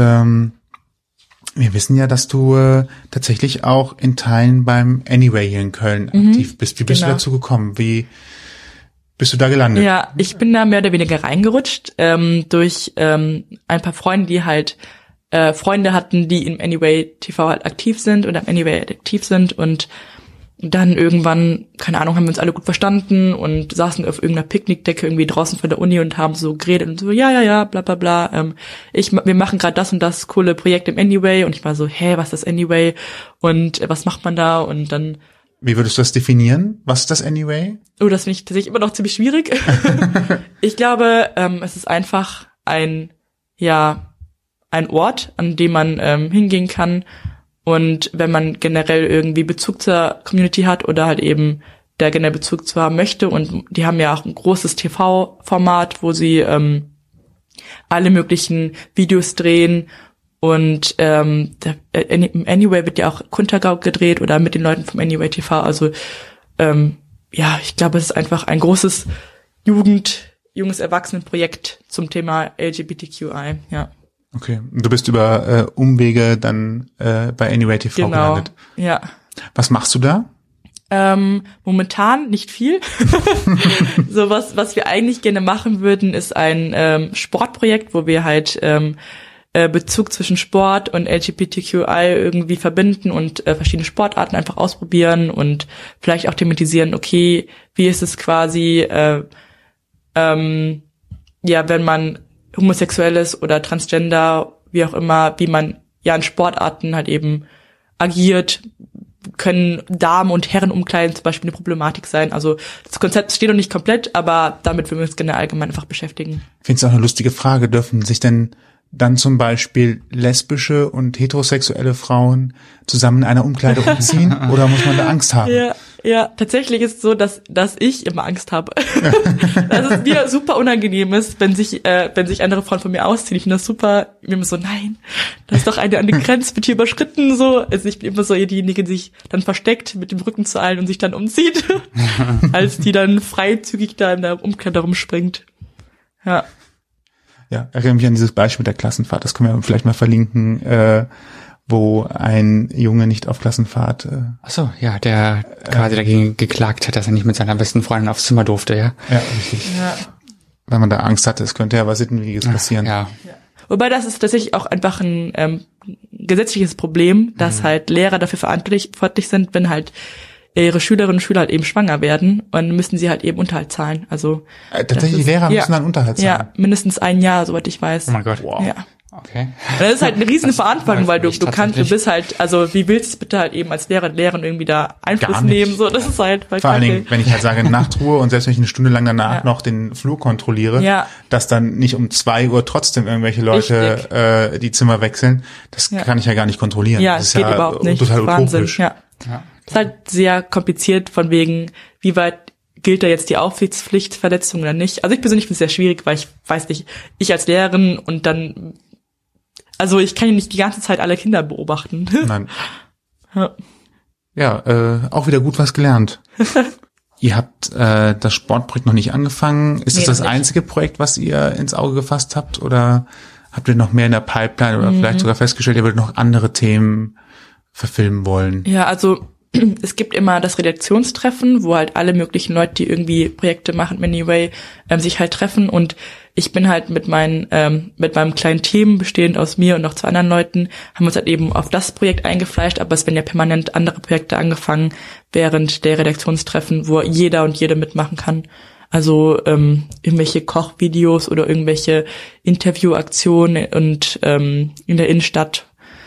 Speaker 3: wir wissen ja, dass du tatsächlich auch in Teilen beim Anyway hier in Köln aktiv bist. Wie bist du
Speaker 2: genau.
Speaker 3: dazu gekommen? Wie bist du da gelandet?
Speaker 2: Ja, ich bin da mehr oder weniger reingerutscht durch ein paar Freunde, die halt Freunde hatten, die im Anyway TV halt aktiv sind oder im Anyway aktiv sind, und dann irgendwann, keine Ahnung, haben wir uns alle gut verstanden und saßen auf irgendeiner Picknickdecke irgendwie draußen von der Uni und haben so geredet und so, ja, bla bla bla. Wir machen gerade das und das coole Projekt im Anyway, und ich war so, was ist das Anyway und was macht man da? Und dann,
Speaker 3: Wie würdest du das definieren? Was ist das Anyway?
Speaker 2: das finde ich tatsächlich immer noch ziemlich schwierig. Ich glaube, es ist einfach ein Ort, an dem man hingehen kann Und wenn man generell irgendwie Bezug zur Community hat oder halt eben der generell Bezug zu haben möchte, und die haben ja auch ein großes TV-Format, wo sie alle möglichen Videos drehen, und im Anyway wird ja auch Kuntergau gedreht oder mit den Leuten vom Anyway TV. Also ich glaube, es ist einfach ein großes junges Erwachsenenprojekt zum Thema LGBTQI, ja.
Speaker 3: Okay, du bist über Umwege dann bei Anyway TV gelandet.
Speaker 2: Ja.
Speaker 3: Was machst du da?
Speaker 2: Momentan nicht viel. So was wir eigentlich gerne machen würden, ist ein Sportprojekt, wo wir halt Bezug zwischen Sport und LGBTQI irgendwie verbinden und verschiedene Sportarten einfach ausprobieren und vielleicht auch thematisieren, okay, wie ist es quasi, wenn man homosexuell ist oder transgender, wie auch immer, wie man ja in Sportarten halt eben agiert. Können Damen- und Herrenumkleiden zum Beispiel eine Problematik sein. Also das Konzept steht noch nicht komplett, aber damit würden wir uns gerne allgemein einfach beschäftigen.
Speaker 3: Ich finde es auch eine lustige Frage. Dürfen sich denn dann zum Beispiel lesbische und heterosexuelle Frauen zusammen in einer Umkleide umziehen? Oder muss man da Angst haben?
Speaker 2: Ja, tatsächlich ist es so, dass ich immer Angst habe. Dass es mir super unangenehm ist, wenn sich andere Frauen von mir ausziehen. Ich finde das super, mir immer so, nein, das ist doch eine Grenze, wird hier überschritten, so. Also ich bin immer so diejenige, die sich dann versteckt mit dem Rücken zu allen und sich dann umzieht, als die dann freizügig da in der Umkleide rumspringt. Ja.
Speaker 3: Ja, erinnere mich an dieses Beispiel der Klassenfahrt. Das können wir vielleicht mal verlinken, wo ein Junge nicht auf Klassenfahrt.
Speaker 4: Ach so, ja, der quasi dagegen geklagt hat, dass er nicht mit seiner besten Freundin aufs Zimmer durfte, ja.
Speaker 3: Ja, richtig. Ja. Weil man da Angst hatte, es könnte ja was Sittenwidriges passieren.
Speaker 2: Ja. Wobei das ist tatsächlich auch einfach ein gesetzliches Problem, dass halt Lehrer dafür verantwortlich sind, wenn halt ihre Schülerinnen und Schüler halt eben schwanger werden, und müssen sie halt eben Unterhalt zahlen. Also
Speaker 3: tatsächlich, die Lehrer müssen dann Unterhalt zahlen?
Speaker 2: Ja, mindestens ein Jahr, soweit ich weiß.
Speaker 4: Oh mein Gott.
Speaker 3: Wow.
Speaker 2: Ja.
Speaker 4: Okay.
Speaker 2: Das ist halt eine riesen Verantwortung, weil du bist halt, also wie willst du bitte halt eben als Lehrerin irgendwie da Einfluss nehmen, so, das ist halt
Speaker 3: vor allen Dingen, wenn ich halt sage Nachtruhe und selbst wenn ich eine Stunde lang danach noch den Flur kontrolliere, dass dann nicht um 2 Uhr trotzdem irgendwelche Leute die Zimmer wechseln, das kann ich ja gar nicht kontrollieren.
Speaker 2: Ja,
Speaker 3: das ist
Speaker 2: geht überhaupt nicht.
Speaker 3: Total
Speaker 2: Wahnsinn.
Speaker 3: utopisch.
Speaker 2: Ja. Das ist halt sehr kompliziert, von wegen, wie weit gilt da jetzt die Aufsichtspflichtverletzung oder nicht. Also ich persönlich finde es sehr schwierig, weil ich weiß nicht, ich als Lehrerin und dann, also ich kann ja nicht die ganze Zeit alle Kinder beobachten.
Speaker 3: Nein. Ja, auch wieder gut was gelernt. Ihr habt das Sportprojekt noch nicht angefangen. Ist das einzige Projekt, was ihr ins Auge gefasst habt, oder habt ihr noch mehr in der Pipeline oder vielleicht sogar festgestellt, ihr würdet noch andere Themen verfilmen wollen?
Speaker 2: Ja, also es gibt immer das Redaktionstreffen, wo halt alle möglichen Leute, die irgendwie Projekte machen mit Anyway, sich halt treffen, und ich bin halt mit meinem kleinen Team, bestehend aus mir und noch 2 anderen Leuten, haben uns halt eben auf das Projekt eingefleischt, aber es werden ja permanent andere Projekte angefangen während der Redaktionstreffen, wo jeder und jede mitmachen kann. Also irgendwelche Kochvideos oder irgendwelche Interviewaktionen und in der Innenstadt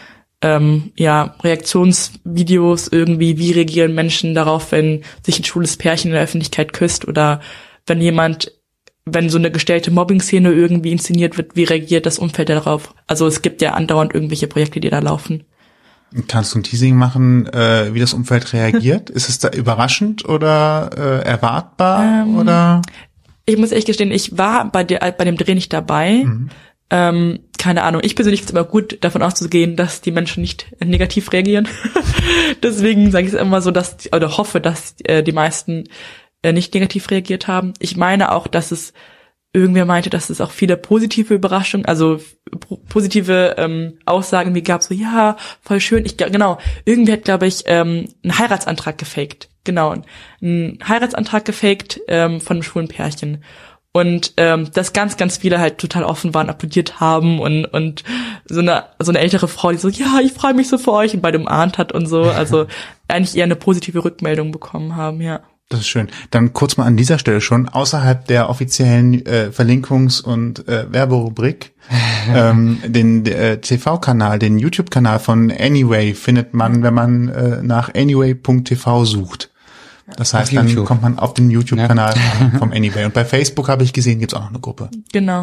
Speaker 2: Reaktionsvideos irgendwie, wie reagieren Menschen darauf, wenn sich ein schwules Pärchen in der Öffentlichkeit küsst, oder wenn so eine gestellte Mobbing-Szene irgendwie inszeniert wird, wie reagiert das Umfeld darauf? Also es gibt ja andauernd irgendwelche Projekte, die da laufen.
Speaker 3: Kannst du ein Teasing machen, wie das Umfeld reagiert? Ist es da überraschend oder erwartbar? Oder?
Speaker 2: Ich muss ehrlich gestehen, ich war bei dem Dreh nicht dabei. Keine Ahnung. Ich persönlich finde es immer gut, davon auszugehen, dass die Menschen nicht negativ reagieren. Deswegen sage ich es immer so, oder hoffe, dass die meisten nicht negativ reagiert haben. Ich meine auch, dass irgendwer meinte, dass es auch viele positive Überraschungen, also positive Aussagen wie gab, so ja, voll schön. Irgendwie hat, glaube ich, einen Heiratsantrag gefaked. Genau, einen Heiratsantrag gefaked von einem schwulen Pärchen. Und dass ganz, ganz viele halt total offen waren, applaudiert haben, und so eine ältere Frau, die so, ja, ich freue mich so für euch, und beide umarmt hat und so. Also eigentlich eher eine positive Rückmeldung bekommen haben, ja.
Speaker 3: Das ist schön. Dann kurz mal an dieser Stelle schon, außerhalb der offiziellen Verlinkungs- und Werberubrik, den TV-Kanal, den YouTube-Kanal von Anyway findet man, wenn man nach anyway.tv sucht. Das heißt, dann kommt man auf den YouTube-Kanal vom Anyway. Und bei Facebook habe ich gesehen, gibt's auch noch eine Gruppe.
Speaker 2: Genau.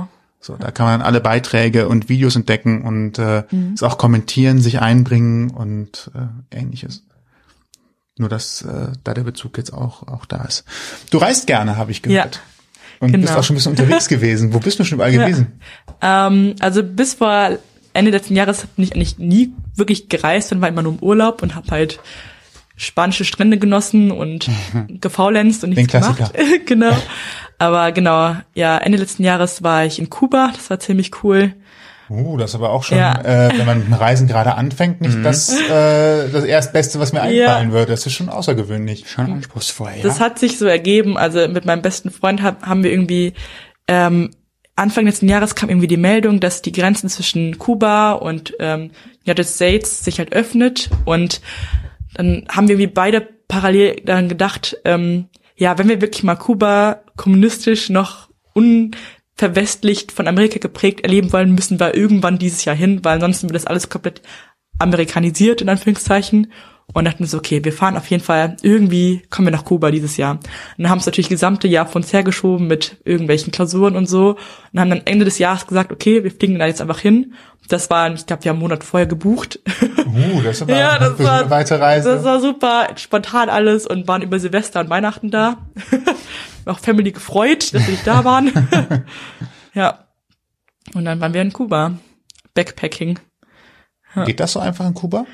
Speaker 3: So, da kann man dann alle Beiträge und Videos entdecken und es auch kommentieren, sich einbringen und Ähnliches. Nur, dass da der Bezug jetzt auch da ist. Du reist gerne, habe ich gehört. Ja, und bist auch schon ein bisschen unterwegs gewesen. Wo bist du schon überall gewesen?
Speaker 2: Also bis vor Ende letzten Jahres bin ich eigentlich nie wirklich gereist und war immer nur im Urlaub und habe halt spanische Strände genossen und gefaulenzt und nichts gemacht. Genau. Aber genau, ja, Ende letzten Jahres war ich in Kuba. Das war ziemlich cool.
Speaker 3: Das ist aber auch schon, wenn man mit dem Reisen gerade anfängt, nicht das Erstbeste, was mir einfallen würde. Das ist schon außergewöhnlich.
Speaker 4: Schon anspruchsvoll, ja.
Speaker 2: Das hat sich so ergeben. Also mit meinem besten Freund haben wir irgendwie Anfang letzten Jahres kam irgendwie die Meldung, dass die Grenzen zwischen Kuba und United States sich halt öffnet. Und dann haben wir irgendwie beide parallel daran gedacht, wenn wir wirklich mal Kuba kommunistisch noch verwestlicht von Amerika geprägt erleben wollen, müssen wir irgendwann dieses Jahr hin, weil ansonsten wird das alles komplett amerikanisiert, in Anführungszeichen. Und dachten so, okay, wir fahren auf jeden Fall, irgendwie kommen wir nach Kuba dieses Jahr. Und dann haben es natürlich das gesamte Jahr vor uns hergeschoben mit irgendwelchen Klausuren und so. Und haben dann Ende des Jahres gesagt, okay, wir fliegen da jetzt einfach hin. Das war, ich glaube, wir haben einen Monat vorher gebucht.
Speaker 3: Das war eine weite Reise.
Speaker 2: Das war super spontan alles und waren über Silvester und Weihnachten da. Auch Family gefreut, dass wir nicht da waren. Ja. Und dann waren wir in Kuba. Backpacking.
Speaker 3: Ja. Geht das so einfach in Kuba?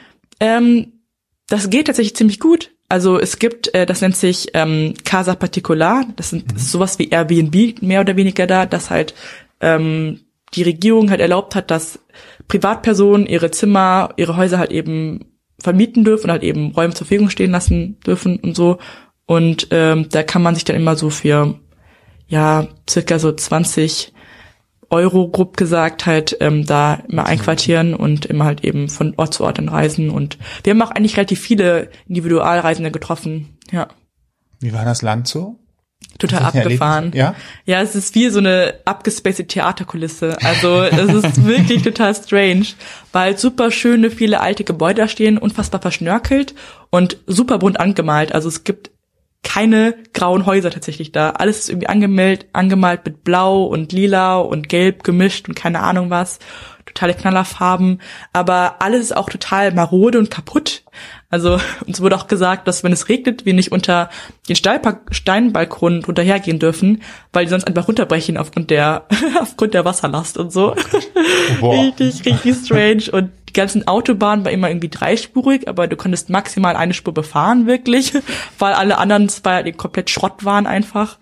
Speaker 2: Das geht tatsächlich ziemlich gut. Also es gibt, das nennt sich Casa Particular. Das ist sowas wie Airbnb, mehr oder weniger da, dass halt die Regierung halt erlaubt hat, dass Privatpersonen ihre Zimmer, ihre Häuser halt eben vermieten dürfen und halt eben Räume zur Verfügung stehen lassen dürfen und so. Und da kann man sich dann immer so für circa so 20 Euro grob gesagt halt da immer einquartieren und immer halt eben von Ort zu Ort dann reisen. Und wir haben auch eigentlich relativ viele Individualreisende getroffen. Ja.
Speaker 3: Wie war das Land so?
Speaker 2: Total abgefahren.
Speaker 3: Ja?
Speaker 2: Ja, es ist wie so eine abgespacete Theaterkulisse. Also es ist wirklich total strange, weil super schöne, viele alte Gebäude da stehen, unfassbar verschnörkelt und super bunt angemalt. Also es gibt keine grauen Häuser tatsächlich da. Alles ist irgendwie angemalt mit Blau und Lila und Gelb gemischt und keine Ahnung was. Totale Knallerfarben. Aber alles ist auch total marode und kaputt. Also uns wurde auch gesagt, dass wenn es regnet, wir nicht unter den Steinbalkonen drunter hergehen dürfen, weil die sonst einfach runterbrechen aufgrund der Wasserlast und so. Boah. Richtig strange. Und die ganzen Autobahnen war immer irgendwie dreispurig, aber du konntest maximal eine Spur befahren, wirklich, weil alle anderen zwei komplett Schrott waren einfach.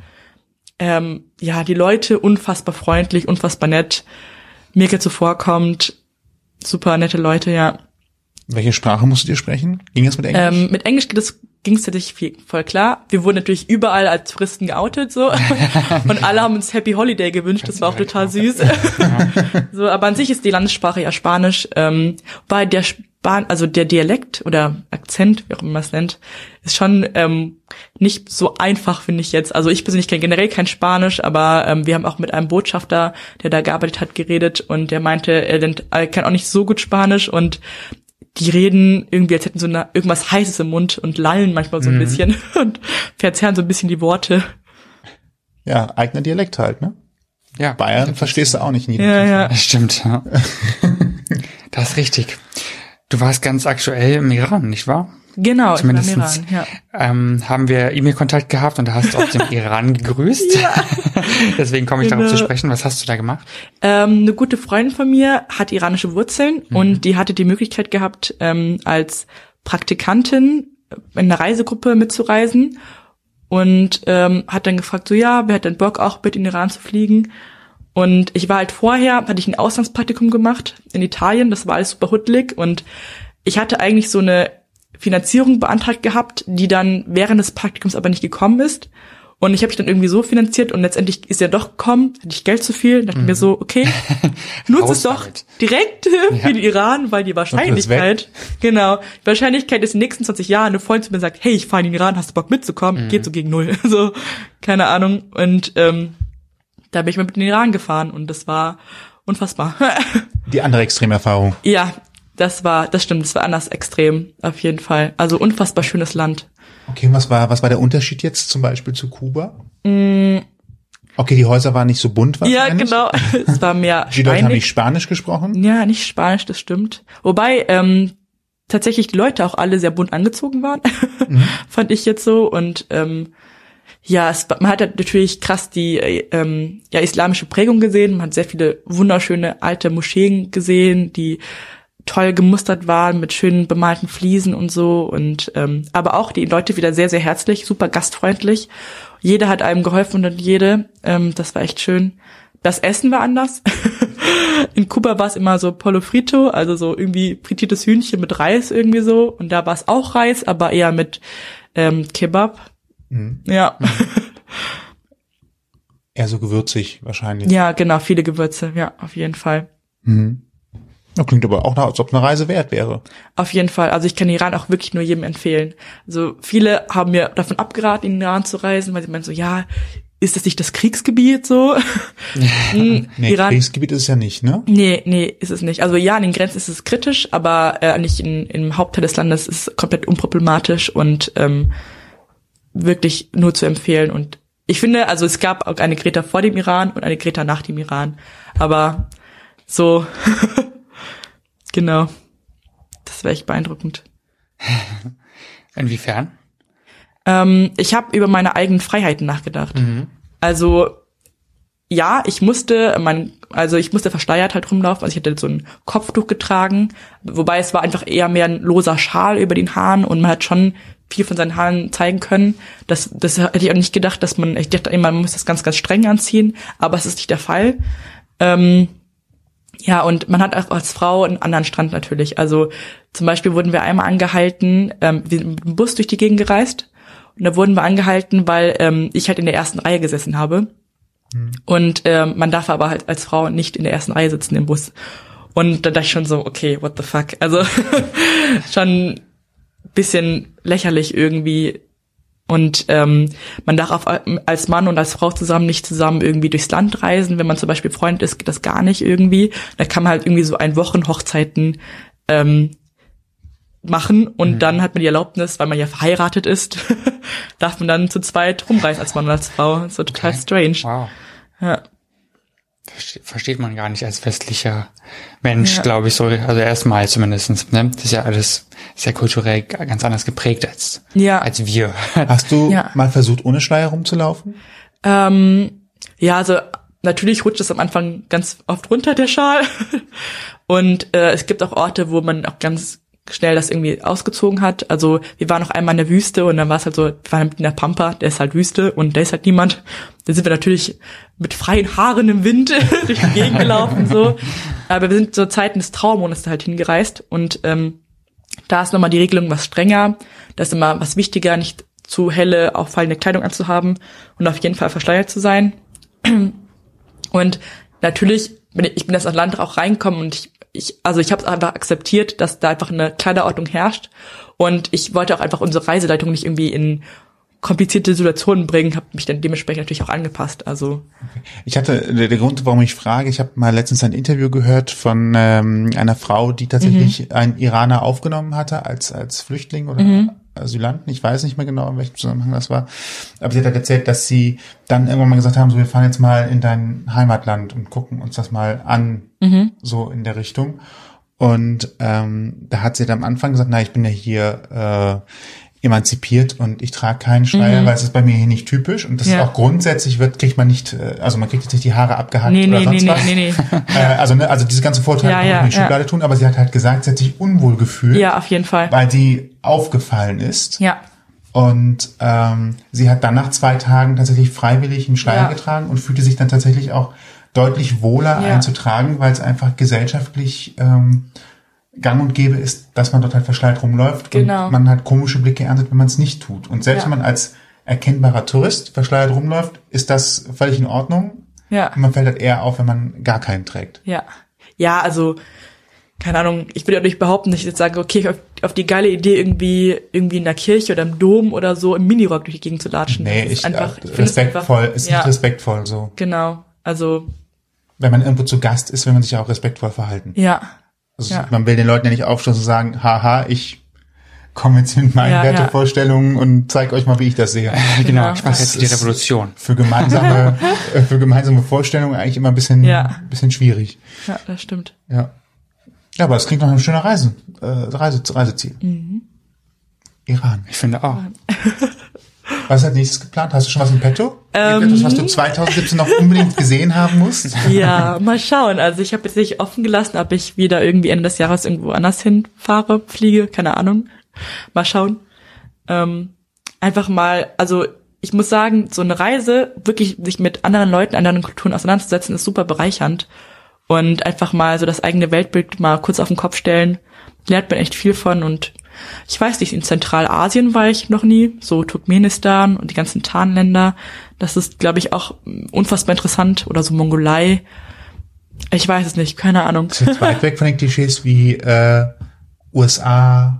Speaker 2: Die Leute unfassbar freundlich, unfassbar nett, mega zuvorkommend, super nette Leute, ja.
Speaker 3: Welche Sprache musstet ihr sprechen? Ging das mit Englisch?
Speaker 2: Mit Englisch ging es tatsächlich voll klar. Wir wurden natürlich überall als Touristen geoutet, so. Und alle haben uns Happy Holiday gewünscht. Das war auch total süß. So, aber an sich ist die Landessprache ja Spanisch. Weil der Dialekt oder Akzent, wie auch immer man es nennt, ist schon nicht so einfach, finde ich jetzt. Also ich persönlich kenne generell kein Spanisch, aber wir haben auch mit einem Botschafter, der da gearbeitet hat, geredet und der meinte, er kann auch nicht so gut Spanisch und die reden irgendwie, als hätten so irgendwas Heißes im Mund und lallen manchmal so ein bisschen und verzerren so ein bisschen die Worte.
Speaker 3: Ja, eigener Dialekt halt, ne?
Speaker 4: Ja.
Speaker 3: Bayern verstehst du auch nicht nie.
Speaker 2: Ja.
Speaker 4: Stimmt, ja. Das ist richtig. Du warst ganz aktuell im Iran, nicht wahr?
Speaker 2: Genau,
Speaker 4: zumindest
Speaker 2: im Iran, ja.
Speaker 4: Haben wir E-Mail-Kontakt gehabt und da hast du aus dem Iran gegrüßt. Ja. Deswegen komme ich darauf zu sprechen. Was hast du da gemacht?
Speaker 2: Eine gute Freundin von mir hat iranische Wurzeln und die hatte die Möglichkeit gehabt, als Praktikantin in einer Reisegruppe mitzureisen und hat dann gefragt, wer hat denn Bock, auch mit in den Iran zu fliegen? Und ich war halt hatte ich ein Auslandspraktikum gemacht in Italien, das war alles super huddelig und ich hatte eigentlich so eine Finanzierung beantragt gehabt, die dann während des Praktikums aber nicht gekommen ist. Und ich habe mich dann irgendwie so finanziert und letztendlich ist ja doch gekommen, hatte ich Geld zu viel, dachte mir so, okay, nutze es doch direkt für den Iran, weil die Wahrscheinlichkeit, die Wahrscheinlichkeit ist in den nächsten 20 Jahren, eine Freundin zu mir sagt, hey, ich fahre in den Iran, hast du Bock mitzukommen? Geht so gegen 0. So, keine Ahnung. Und da bin ich mal mit in den Iran gefahren und das war unfassbar.
Speaker 3: Die andere Extremerfahrung.
Speaker 2: Ja, das stimmt, das war anders extrem, auf jeden Fall. Also unfassbar schönes Land.
Speaker 3: Okay, was war der Unterschied jetzt zum Beispiel zu Kuba? Okay, die Häuser waren nicht so bunt
Speaker 2: Ja,
Speaker 3: wahrscheinlich.
Speaker 2: genau. Es war mehr
Speaker 3: Die Leute haben
Speaker 2: steinig.
Speaker 3: nicht Spanisch gesprochen?
Speaker 2: Ja, nicht Spanisch, das stimmt. Wobei tatsächlich die Leute auch alle sehr bunt angezogen waren, fand ich jetzt so. Und ja, man hat natürlich krass die islamische Prägung gesehen. Man hat sehr viele wunderschöne alte Moscheen gesehen, die toll gemustert waren mit schönen bemalten Fliesen und so. Und aber auch die Leute wieder sehr, sehr herzlich, super gastfreundlich. Jeder hat einem geholfen und jede. Das war echt schön. Das Essen war anders. In Kuba war es immer so Pollo Frito, also so irgendwie frittiertes Hühnchen mit Reis irgendwie so. Und da war es auch Reis, aber eher mit Kebab. Ja.
Speaker 3: Eher so gewürzig wahrscheinlich.
Speaker 2: Ja, genau, viele Gewürze, ja, auf jeden Fall.
Speaker 3: Das klingt aber auch, als ob eine Reise wert wäre.
Speaker 2: Auf jeden Fall. Also ich kann Iran auch wirklich nur jedem empfehlen. Also viele haben mir davon abgeraten, in den Iran zu reisen, weil sie meinen so, ja, ist das nicht das Kriegsgebiet so?
Speaker 3: Nee,
Speaker 2: Iran,
Speaker 3: Kriegsgebiet ist es ja nicht, ne?
Speaker 2: Nee, ist es nicht. Also ja, an den Grenzen ist es kritisch, aber nicht im Hauptteil des Landes ist es komplett unproblematisch und wirklich nur zu empfehlen. Und ich finde, also es gab auch eine Greta vor dem Iran und eine Greta nach dem Iran. Aber so, genau. Das wäre echt beeindruckend.
Speaker 4: Inwiefern?
Speaker 2: Ich habe über meine eigenen Freiheiten nachgedacht. Also ja, ich musste versteuert halt rumlaufen, also ich hatte so ein Kopftuch getragen, wobei es war einfach eher mehr ein loser Schal über den Haaren und man hat schon viel von seinen Haaren zeigen können. Das hätte ich auch nicht gedacht, ich dachte immer, man muss das ganz, ganz streng anziehen, aber es ist nicht der Fall. Ja, und man hat auch als Frau einen anderen Stand natürlich. Also zum Beispiel wurden wir einmal angehalten, wir sind mit dem Bus durch die Gegend gereist und da wurden wir angehalten, weil ich halt in der ersten Reihe gesessen habe. Und man darf aber halt als Frau nicht in der ersten Reihe sitzen im Bus. Und da dachte ich schon so, okay, what the fuck? Also schon ein bisschen lächerlich irgendwie. Und man darf als Mann und als Frau nicht zusammen irgendwie durchs Land reisen. Wenn man zum Beispiel Freund ist, geht das gar nicht irgendwie. Da kann man halt irgendwie so Wochenhochzeiten machen und dann hat man die Erlaubnis, weil man ja verheiratet ist, darf man dann zu zweit rumreisen als Mann und als Frau. So total strange.
Speaker 4: Wow.
Speaker 2: Ja.
Speaker 4: Versteht man gar nicht als westlicher Mensch, glaube ich, so, also erstmal zumindest, ne? Das ist ja alles sehr kulturell ganz anders geprägt als wir.
Speaker 3: Hast du mal versucht, ohne Schleier rumzulaufen?
Speaker 2: Ja, also natürlich rutscht es am Anfang ganz oft runter, der Schal. Und es gibt auch Orte, wo man auch ganz schnell das irgendwie ausgezogen hat. Also wir waren noch einmal in der Wüste und dann war es halt so, wir waren in der Pampa, der ist halt Wüste und da ist halt niemand. Da sind wir natürlich mit freien Haaren im Wind durch die Gegend gelaufen, so. Aber wir sind zur Zeiten des Trauermonats halt hingereist und da ist nochmal die Regelung was strenger. Da ist immer was wichtiger, nicht zu helle, auffallende Kleidung anzuhaben und auf jeden Fall verschleiert zu sein. Und natürlich ich bin das Land auch reingekommen und ich habe es einfach akzeptiert, dass da einfach eine Kleiderordnung herrscht und ich wollte auch einfach unsere Reiseleitung nicht irgendwie in komplizierte Situationen bringen, habe mich dann dementsprechend natürlich auch angepasst. Also
Speaker 3: ich hatte der Grund, warum ich frage, ich habe mal letztens ein Interview gehört von einer Frau, die tatsächlich einen Iraner aufgenommen hatte als Flüchtling oder Asylanten, ich weiß nicht mehr genau, in welchem Zusammenhang das war, aber sie hat halt erzählt, dass sie dann irgendwann mal gesagt haben, so wir fahren jetzt mal in dein Heimatland und gucken uns das mal an, so in der Richtung. Und da hat sie dann am Anfang gesagt, na, ich bin ja hier emanzipiert und ich trage keinen Schleier, weil es ist bei mir hier nicht typisch und das ist auch grundsätzlich kriegt man nicht, also man kriegt jetzt nicht die Haare abgehackt oder sonst was. Nee. Also diese ganzen Vorteile kann man nicht in die Schublade tun, aber sie hat halt gesagt, sie hat sich unwohl gefühlt.
Speaker 2: Ja, auf jeden Fall.
Speaker 3: Weil sie aufgefallen ist.
Speaker 2: Ja.
Speaker 3: Und sie hat dann nach 2 Tagen tatsächlich freiwillig einen Schleier getragen und fühlte sich dann tatsächlich auch deutlich wohler einzutragen, weil es einfach gesellschaftlich gang und gäbe ist, dass man dort halt verschleiert rumläuft und man halt komische Blicke erntet, wenn man es nicht tut. Und selbst wenn man als erkennbarer Tourist verschleiert rumläuft, ist das völlig in Ordnung. Ja. Und man fällt halt eher auf, wenn man gar keinen trägt.
Speaker 2: Ja. Ja, also, keine Ahnung, ich würde ja nicht behaupten, dass ich jetzt sage, okay, auf die geile Idee irgendwie in der Kirche oder im Dom oder so im Minirock durch die Gegend zu latschen.
Speaker 3: Nee, ist nicht respektvoll so.
Speaker 2: Genau, also.
Speaker 3: Wenn man irgendwo zu Gast ist, will man sich ja auch respektvoll verhalten.
Speaker 2: Ja.
Speaker 3: Also man will den Leuten ja nicht aufstoßen und sagen, haha, ich komme jetzt mit meinen
Speaker 2: Ja,
Speaker 3: Wertevorstellungen und zeige euch mal, wie ich das sehe.
Speaker 4: Genau, ich mache
Speaker 3: Das
Speaker 4: jetzt die
Speaker 3: ist
Speaker 4: Revolution.
Speaker 3: Für gemeinsame Vorstellungen eigentlich immer ein bisschen schwierig.
Speaker 2: Ja, das stimmt.
Speaker 3: Ja. Ja, aber es klingt nach einem schönen Reiseziel. Iran.
Speaker 4: Ich finde auch.
Speaker 3: Was ist als nächstes geplant? Hast du schon was im Petto? Etwas, was du 2017 noch unbedingt gesehen haben musst?
Speaker 2: Ja, mal schauen. Also ich habe jetzt nicht offen gelassen, ob ich wieder irgendwie Ende des Jahres irgendwo anders hinfahre, fliege, keine Ahnung. Mal schauen. Einfach mal, also ich muss sagen, so eine Reise, wirklich sich mit anderen Leuten, anderen Kulturen auseinanderzusetzen, ist super bereichernd. Und einfach mal so das eigene Weltbild mal kurz auf den Kopf stellen, lernt man echt viel von. Und ich weiß nicht, in Zentralasien war ich noch nie, so Turkmenistan und die ganzen Tan-Länder. Das ist, glaube ich, auch unfassbar interessant. Oder so Mongolei. Ich weiß es nicht, keine Ahnung.
Speaker 3: Das ist jetzt weit weg von den Klischees wie USA,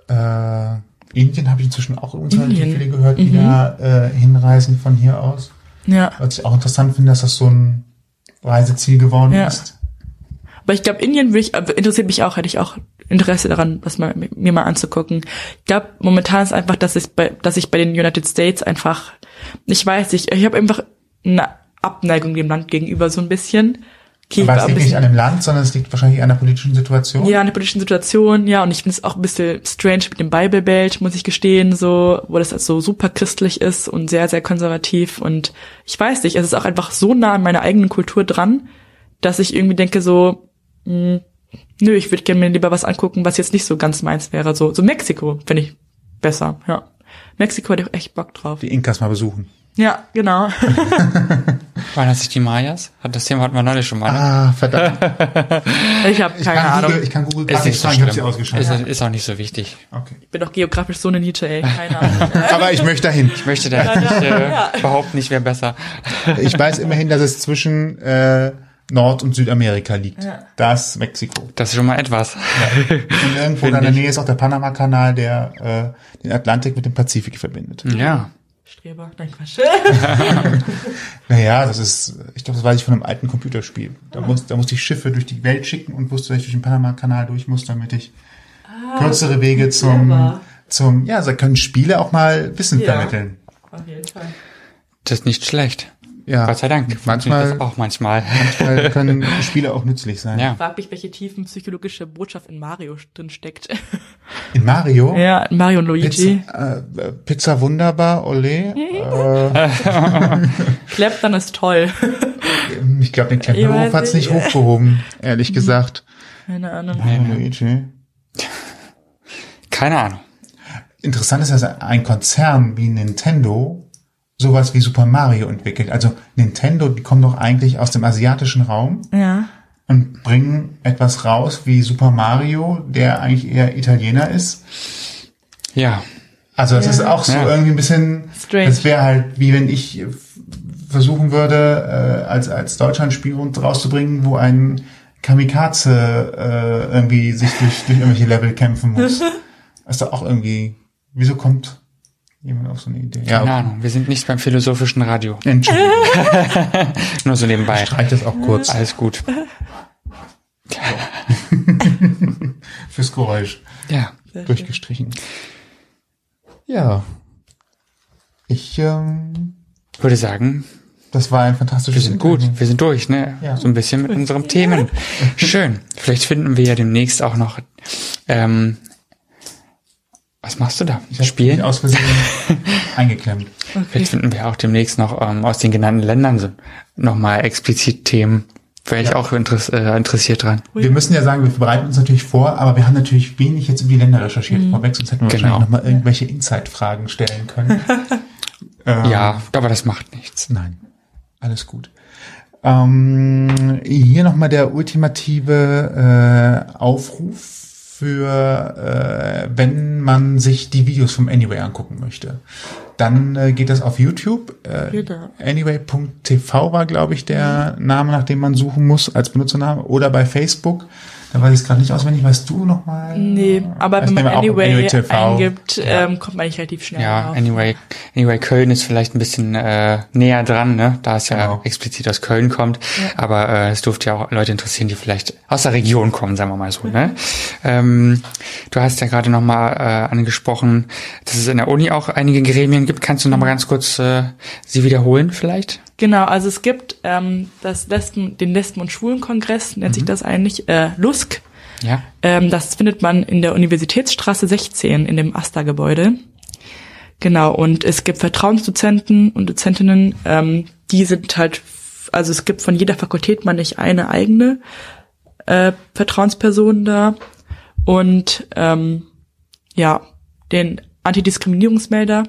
Speaker 3: Indien habe ich inzwischen auch relativ viele gehört, die da hinreisen von hier aus.
Speaker 2: Ja.
Speaker 3: Was ich auch interessant finde, dass das so ein Reiseziel geworden ist.
Speaker 2: Aber ich glaube, Indien interessiert mich auch, hätte ich auch Interesse daran, das mir mal anzugucken. Ich glaube, momentan ist einfach, dass ich bei den United States einfach, ich weiß nicht, ich habe einfach eine Abneigung dem Land gegenüber so ein bisschen. Okay,
Speaker 3: aber es liegt nicht an dem Land, sondern es liegt wahrscheinlich an der politischen Situation.
Speaker 2: Ja, an der politischen Situation, ja, und ich finde es auch ein bisschen strange mit dem Bible Belt, muss ich gestehen, so, wo das also super christlich ist und sehr, sehr konservativ und ich weiß nicht, es ist auch einfach so nah an meiner eigenen Kultur dran, dass ich irgendwie denke so, nö, ich würde gerne mir lieber was angucken, was jetzt nicht so ganz meins wäre, so Mexiko finde ich besser, ja. Mexiko hätte ich echt Bock drauf.
Speaker 3: Die Inkas mal besuchen.
Speaker 2: Ja, genau.
Speaker 4: Waren das nicht die Mayas? Das Thema hatten wir neulich schon mal. Ne?
Speaker 3: Ah, verdammt.
Speaker 2: Ich habe keine Ahnung.
Speaker 3: Ich kann Google
Speaker 4: Ist
Speaker 3: gar
Speaker 4: nicht
Speaker 3: nicht
Speaker 4: so
Speaker 3: sagen, ich habe sie ausgeschaltet.
Speaker 4: Ist auch nicht so wichtig.
Speaker 3: Okay.
Speaker 2: Ich bin doch geografisch so eine Niete, ey. Keine Ahnung.
Speaker 3: Aber ich möchte dahin.
Speaker 4: Ich möchte da nicht behaupten, ich wäre besser.
Speaker 3: Ich weiß immerhin, dass es zwischen Nord- und Südamerika liegt. Ja. Das Mexiko.
Speaker 4: Das ist schon mal etwas.
Speaker 3: Ja. Und irgendwo in der Nähe ist auch der Panama-Kanal, der den Atlantik mit dem Pazifik verbindet.
Speaker 4: Ja.
Speaker 2: Streber, nein, Quatsch.
Speaker 3: Naja, ich glaube, das weiß ich von einem alten Computerspiel. Da musste ich Schiffe durch die Welt schicken und wusste, dass ich durch den Panama-Kanal durch muss, damit ich kürzere Wege da können Spiele auch mal Wissen vermitteln.
Speaker 2: Auf jeden Fall.
Speaker 4: Das ist nicht schlecht.
Speaker 3: Ja.
Speaker 4: Gott sei Dank.
Speaker 3: Manchmal
Speaker 4: Manchmal
Speaker 3: können Spiele auch nützlich sein.
Speaker 4: Ja.
Speaker 2: Ich frag mich, welche tiefen psychologische Botschaft in Mario drin steckt.
Speaker 3: In Mario?
Speaker 2: Ja, in Mario und Luigi.
Speaker 3: Pizza wunderbar, ole.
Speaker 2: Kleppern ist toll.
Speaker 3: Ich glaube, den Klempnerhof hat's nicht hochgehoben, ehrlich gesagt.
Speaker 2: Keine Ahnung.
Speaker 3: Luigi.
Speaker 4: Keine Ahnung.
Speaker 3: Interessant ist, dass ein Konzern wie Nintendo sowas wie Super Mario entwickelt. Also Nintendo, die kommen doch eigentlich aus dem asiatischen Raum und bringen etwas raus wie Super Mario, der eigentlich eher Italiener ist.
Speaker 4: Ja.
Speaker 3: Also das ist auch so irgendwie ein bisschen, strange. Das wäre halt wie wenn ich versuchen würde, als Deutschland ein Spiel rauszubringen, wo ein Kamikaze irgendwie sich durch irgendwelche Level kämpfen muss. Das ist doch auch irgendwie, wieso kommt jemand auf so eine Idee?
Speaker 4: Keine Ahnung, wir sind nicht beim philosophischen Radio.
Speaker 3: Entschuldigung.
Speaker 4: Nur so nebenbei.
Speaker 3: Ich streich das auch kurz.
Speaker 4: Alles gut.
Speaker 3: Fürs Geräusch.
Speaker 4: Ja.
Speaker 3: Durchgestrichen. Ja. Ich
Speaker 4: würde sagen,
Speaker 3: das war ein fantastisches
Speaker 4: Wir sind gut, wir sind durch, ne? Ja. So ein bisschen mit unseren Themen. Schön. Vielleicht finden wir ja demnächst auch noch was machst du da?
Speaker 3: Ich Spielen? Aus Versehen eingeklemmt.
Speaker 4: Okay. Vielleicht finden wir auch demnächst noch aus den genannten Ländern so nochmal explizit Themen. Wäre ich auch interessiert dran.
Speaker 3: Wir müssen ja sagen, wir bereiten uns natürlich vor, aber wir haben natürlich wenig jetzt über die Länder recherchiert vorweg, sonst hätten wir wahrscheinlich nochmal irgendwelche Insight-Fragen stellen können.
Speaker 4: Ja, aber das macht nichts.
Speaker 3: Nein, alles gut. Hier nochmal der ultimative Aufruf für, wenn man sich die Videos vom Anyway angucken möchte. Dann geht das auf YouTube. Anyway.tv war, glaube ich, der Name, nach dem man suchen muss als Benutzername. Oder bei Facebook. Da weiß ich es gerade nicht auswendig. Weißt du nochmal?
Speaker 2: Nee, aber wenn man Anyway
Speaker 3: TV
Speaker 2: eingibt, kommt man nicht relativ schnell
Speaker 4: Ja,
Speaker 2: drauf.
Speaker 4: Anyway Köln ist vielleicht ein bisschen näher dran, ne? Da es ja explizit aus Köln kommt. Ja. Aber es durfte ja auch Leute interessieren, die vielleicht aus der Region kommen, sagen wir mal so. Ne? Du hast ja gerade nochmal angesprochen, dass es in der Uni auch einige Gremien gibt. Kannst du nochmal ganz kurz sie wiederholen vielleicht?
Speaker 2: Genau, also es gibt den Lesben- und Schwulenkongress, nennt sich das eigentlich, LUSK.
Speaker 4: Ja.
Speaker 2: Das findet man in der Universitätsstraße 16 in dem AStA-Gebäude. Genau, und es gibt Vertrauensdozenten und Dozentinnen, die sind halt, also es gibt von jeder Fakultät mal nicht eine eigene Vertrauensperson da. Und den Antidiskriminierungsmelder.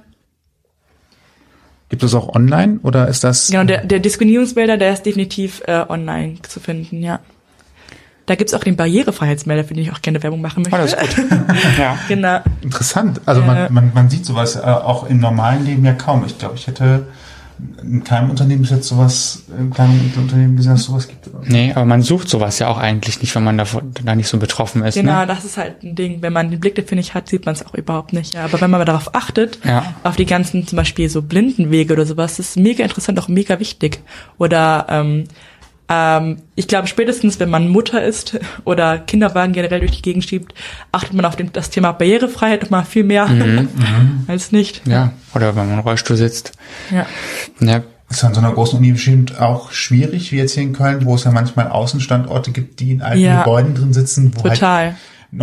Speaker 3: Gibt es auch online oder ist das?
Speaker 2: Genau, der Diskriminierungsmelder, der ist definitiv online zu finden, ja. Da gibt's auch den Barrierefreiheitsmelder, für den ich auch gerne Werbung machen möchte.
Speaker 4: Oh, das ist gut. Ja.
Speaker 2: Genau.
Speaker 3: Interessant. Also man sieht sowas auch im normalen Leben ja kaum. Ich glaube, ich hätte in keinem Unternehmen bis jetzt sowas, in keinem Unternehmen gesehen, dass sowas gibt.
Speaker 4: Nee, aber man sucht sowas ja auch eigentlich nicht, wenn man da nicht so betroffen ist.
Speaker 2: Genau,
Speaker 4: ne?
Speaker 2: Das ist halt ein Ding. Wenn man den Blick dafür nicht hat, sieht man es auch überhaupt nicht. Ja. Aber wenn man darauf achtet, auf die ganzen zum Beispiel so Blindenwege oder sowas, das ist mega interessant, auch mega wichtig. Oder ich glaube, spätestens, wenn man Mutter ist oder Kinderwagen generell durch die Gegend schiebt, achtet man auf das Thema Barrierefreiheit noch mal viel mehr als nicht.
Speaker 4: Ja, oder wenn man im Rollstuhl sitzt.
Speaker 2: Ja.
Speaker 3: Ist an so einer großen Uni bestimmt auch schwierig, wie jetzt hier in Köln, wo es ja manchmal Außenstandorte gibt, die in alten Gebäuden drin sitzen, wo halt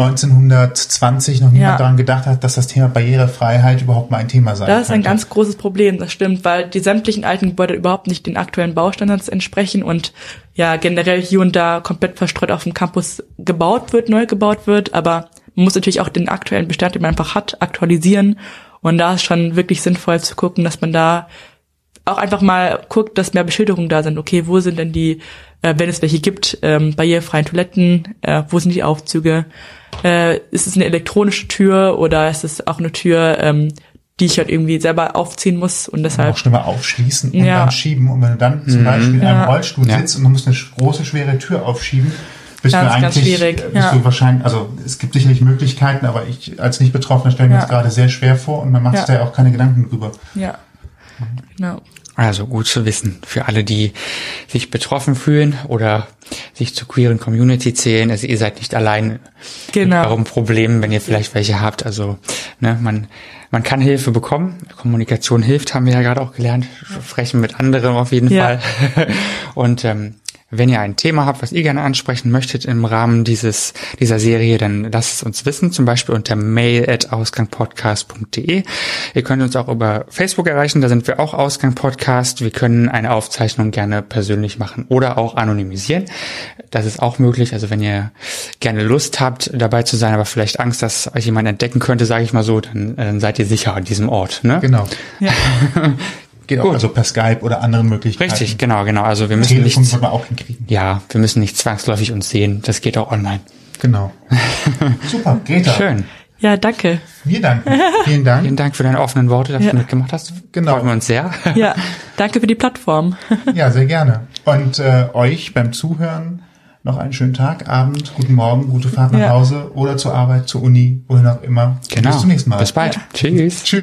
Speaker 3: 1920 noch niemand daran gedacht hat, dass das Thema Barrierefreiheit überhaupt mal ein Thema sein
Speaker 2: Das ist ein ganz großes Problem, das stimmt, weil die sämtlichen alten Gebäude überhaupt nicht den aktuellen Baustandards entsprechen und ja generell hier und da komplett verstreut auf dem Campus neu gebaut wird, aber man muss natürlich auch den aktuellen Bestand, den man einfach hat, aktualisieren und da ist schon wirklich sinnvoll zu gucken, dass man da auch einfach mal guckt, dass mehr Beschilderungen da sind. Okay, wo sind denn die, wenn es welche gibt, barrierefreien Toiletten, wo sind die Aufzüge? Ist es eine elektronische Tür oder ist es auch eine Tür, die ich halt irgendwie selber aufziehen muss und deshalb
Speaker 3: auch schlimmer aufschließen und dann schieben. Und wenn du dann zum Beispiel in einem Rollstuhl sitzt und du musst eine große, schwere Tür aufschieben, bist du eigentlich, ganz schwierig. Bist du wahrscheinlich, also es gibt sicherlich Möglichkeiten, aber ich als Nicht-Betroffener stelle mir das gerade sehr schwer vor und man macht sich da ja auch keine Gedanken drüber.
Speaker 2: Ja, genau.
Speaker 4: Also gut zu wissen für alle, die sich betroffen fühlen oder sich zur queeren Community zählen. Also ihr seid nicht allein mit eurem Problem, wenn ihr vielleicht welche habt. Also man kann Hilfe bekommen. Kommunikation hilft, haben wir ja gerade auch gelernt. Sprechen mit anderen auf jeden Fall. Und wenn ihr ein Thema habt, was ihr gerne ansprechen möchtet im Rahmen dieser Serie, dann lasst es uns wissen, zum Beispiel unter mail@ausgangpodcast.de. Ihr könnt uns auch über Facebook erreichen, da sind wir auch Ausgang Podcast. Wir können eine Aufzeichnung gerne persönlich machen oder auch anonymisieren. Das ist auch möglich, also wenn ihr gerne Lust habt, dabei zu sein, aber vielleicht Angst, dass euch jemand entdecken könnte, sage ich mal so, dann seid ihr sicher an diesem Ort. Ne?
Speaker 3: Genau. Ja. Geht auch also per Skype oder anderen Möglichkeiten.
Speaker 4: Richtig, genau. Also wir müssen
Speaker 3: Telefon können wir auch hinkriegen.
Speaker 4: Ja, wir müssen nicht zwangsläufig uns sehen. Das geht auch online.
Speaker 3: Genau. Super, Greta.
Speaker 4: Schön.
Speaker 2: Ja, danke.
Speaker 3: Wir danken. Vielen Dank.
Speaker 4: Vielen Dank für deine offenen Worte, dass du mitgemacht hast.
Speaker 3: Genau.
Speaker 4: Freuen wir uns sehr.
Speaker 2: Ja, danke für die Plattform.
Speaker 3: Ja, sehr gerne. Und euch beim Zuhören noch einen schönen Tag, Abend, guten Morgen, gute Fahrt nach Hause oder zur Arbeit, zur Uni, wohin auch immer.
Speaker 4: Genau.
Speaker 3: Bis zum nächsten Mal.
Speaker 4: Bis bald. Tschüss.
Speaker 3: Tschüss.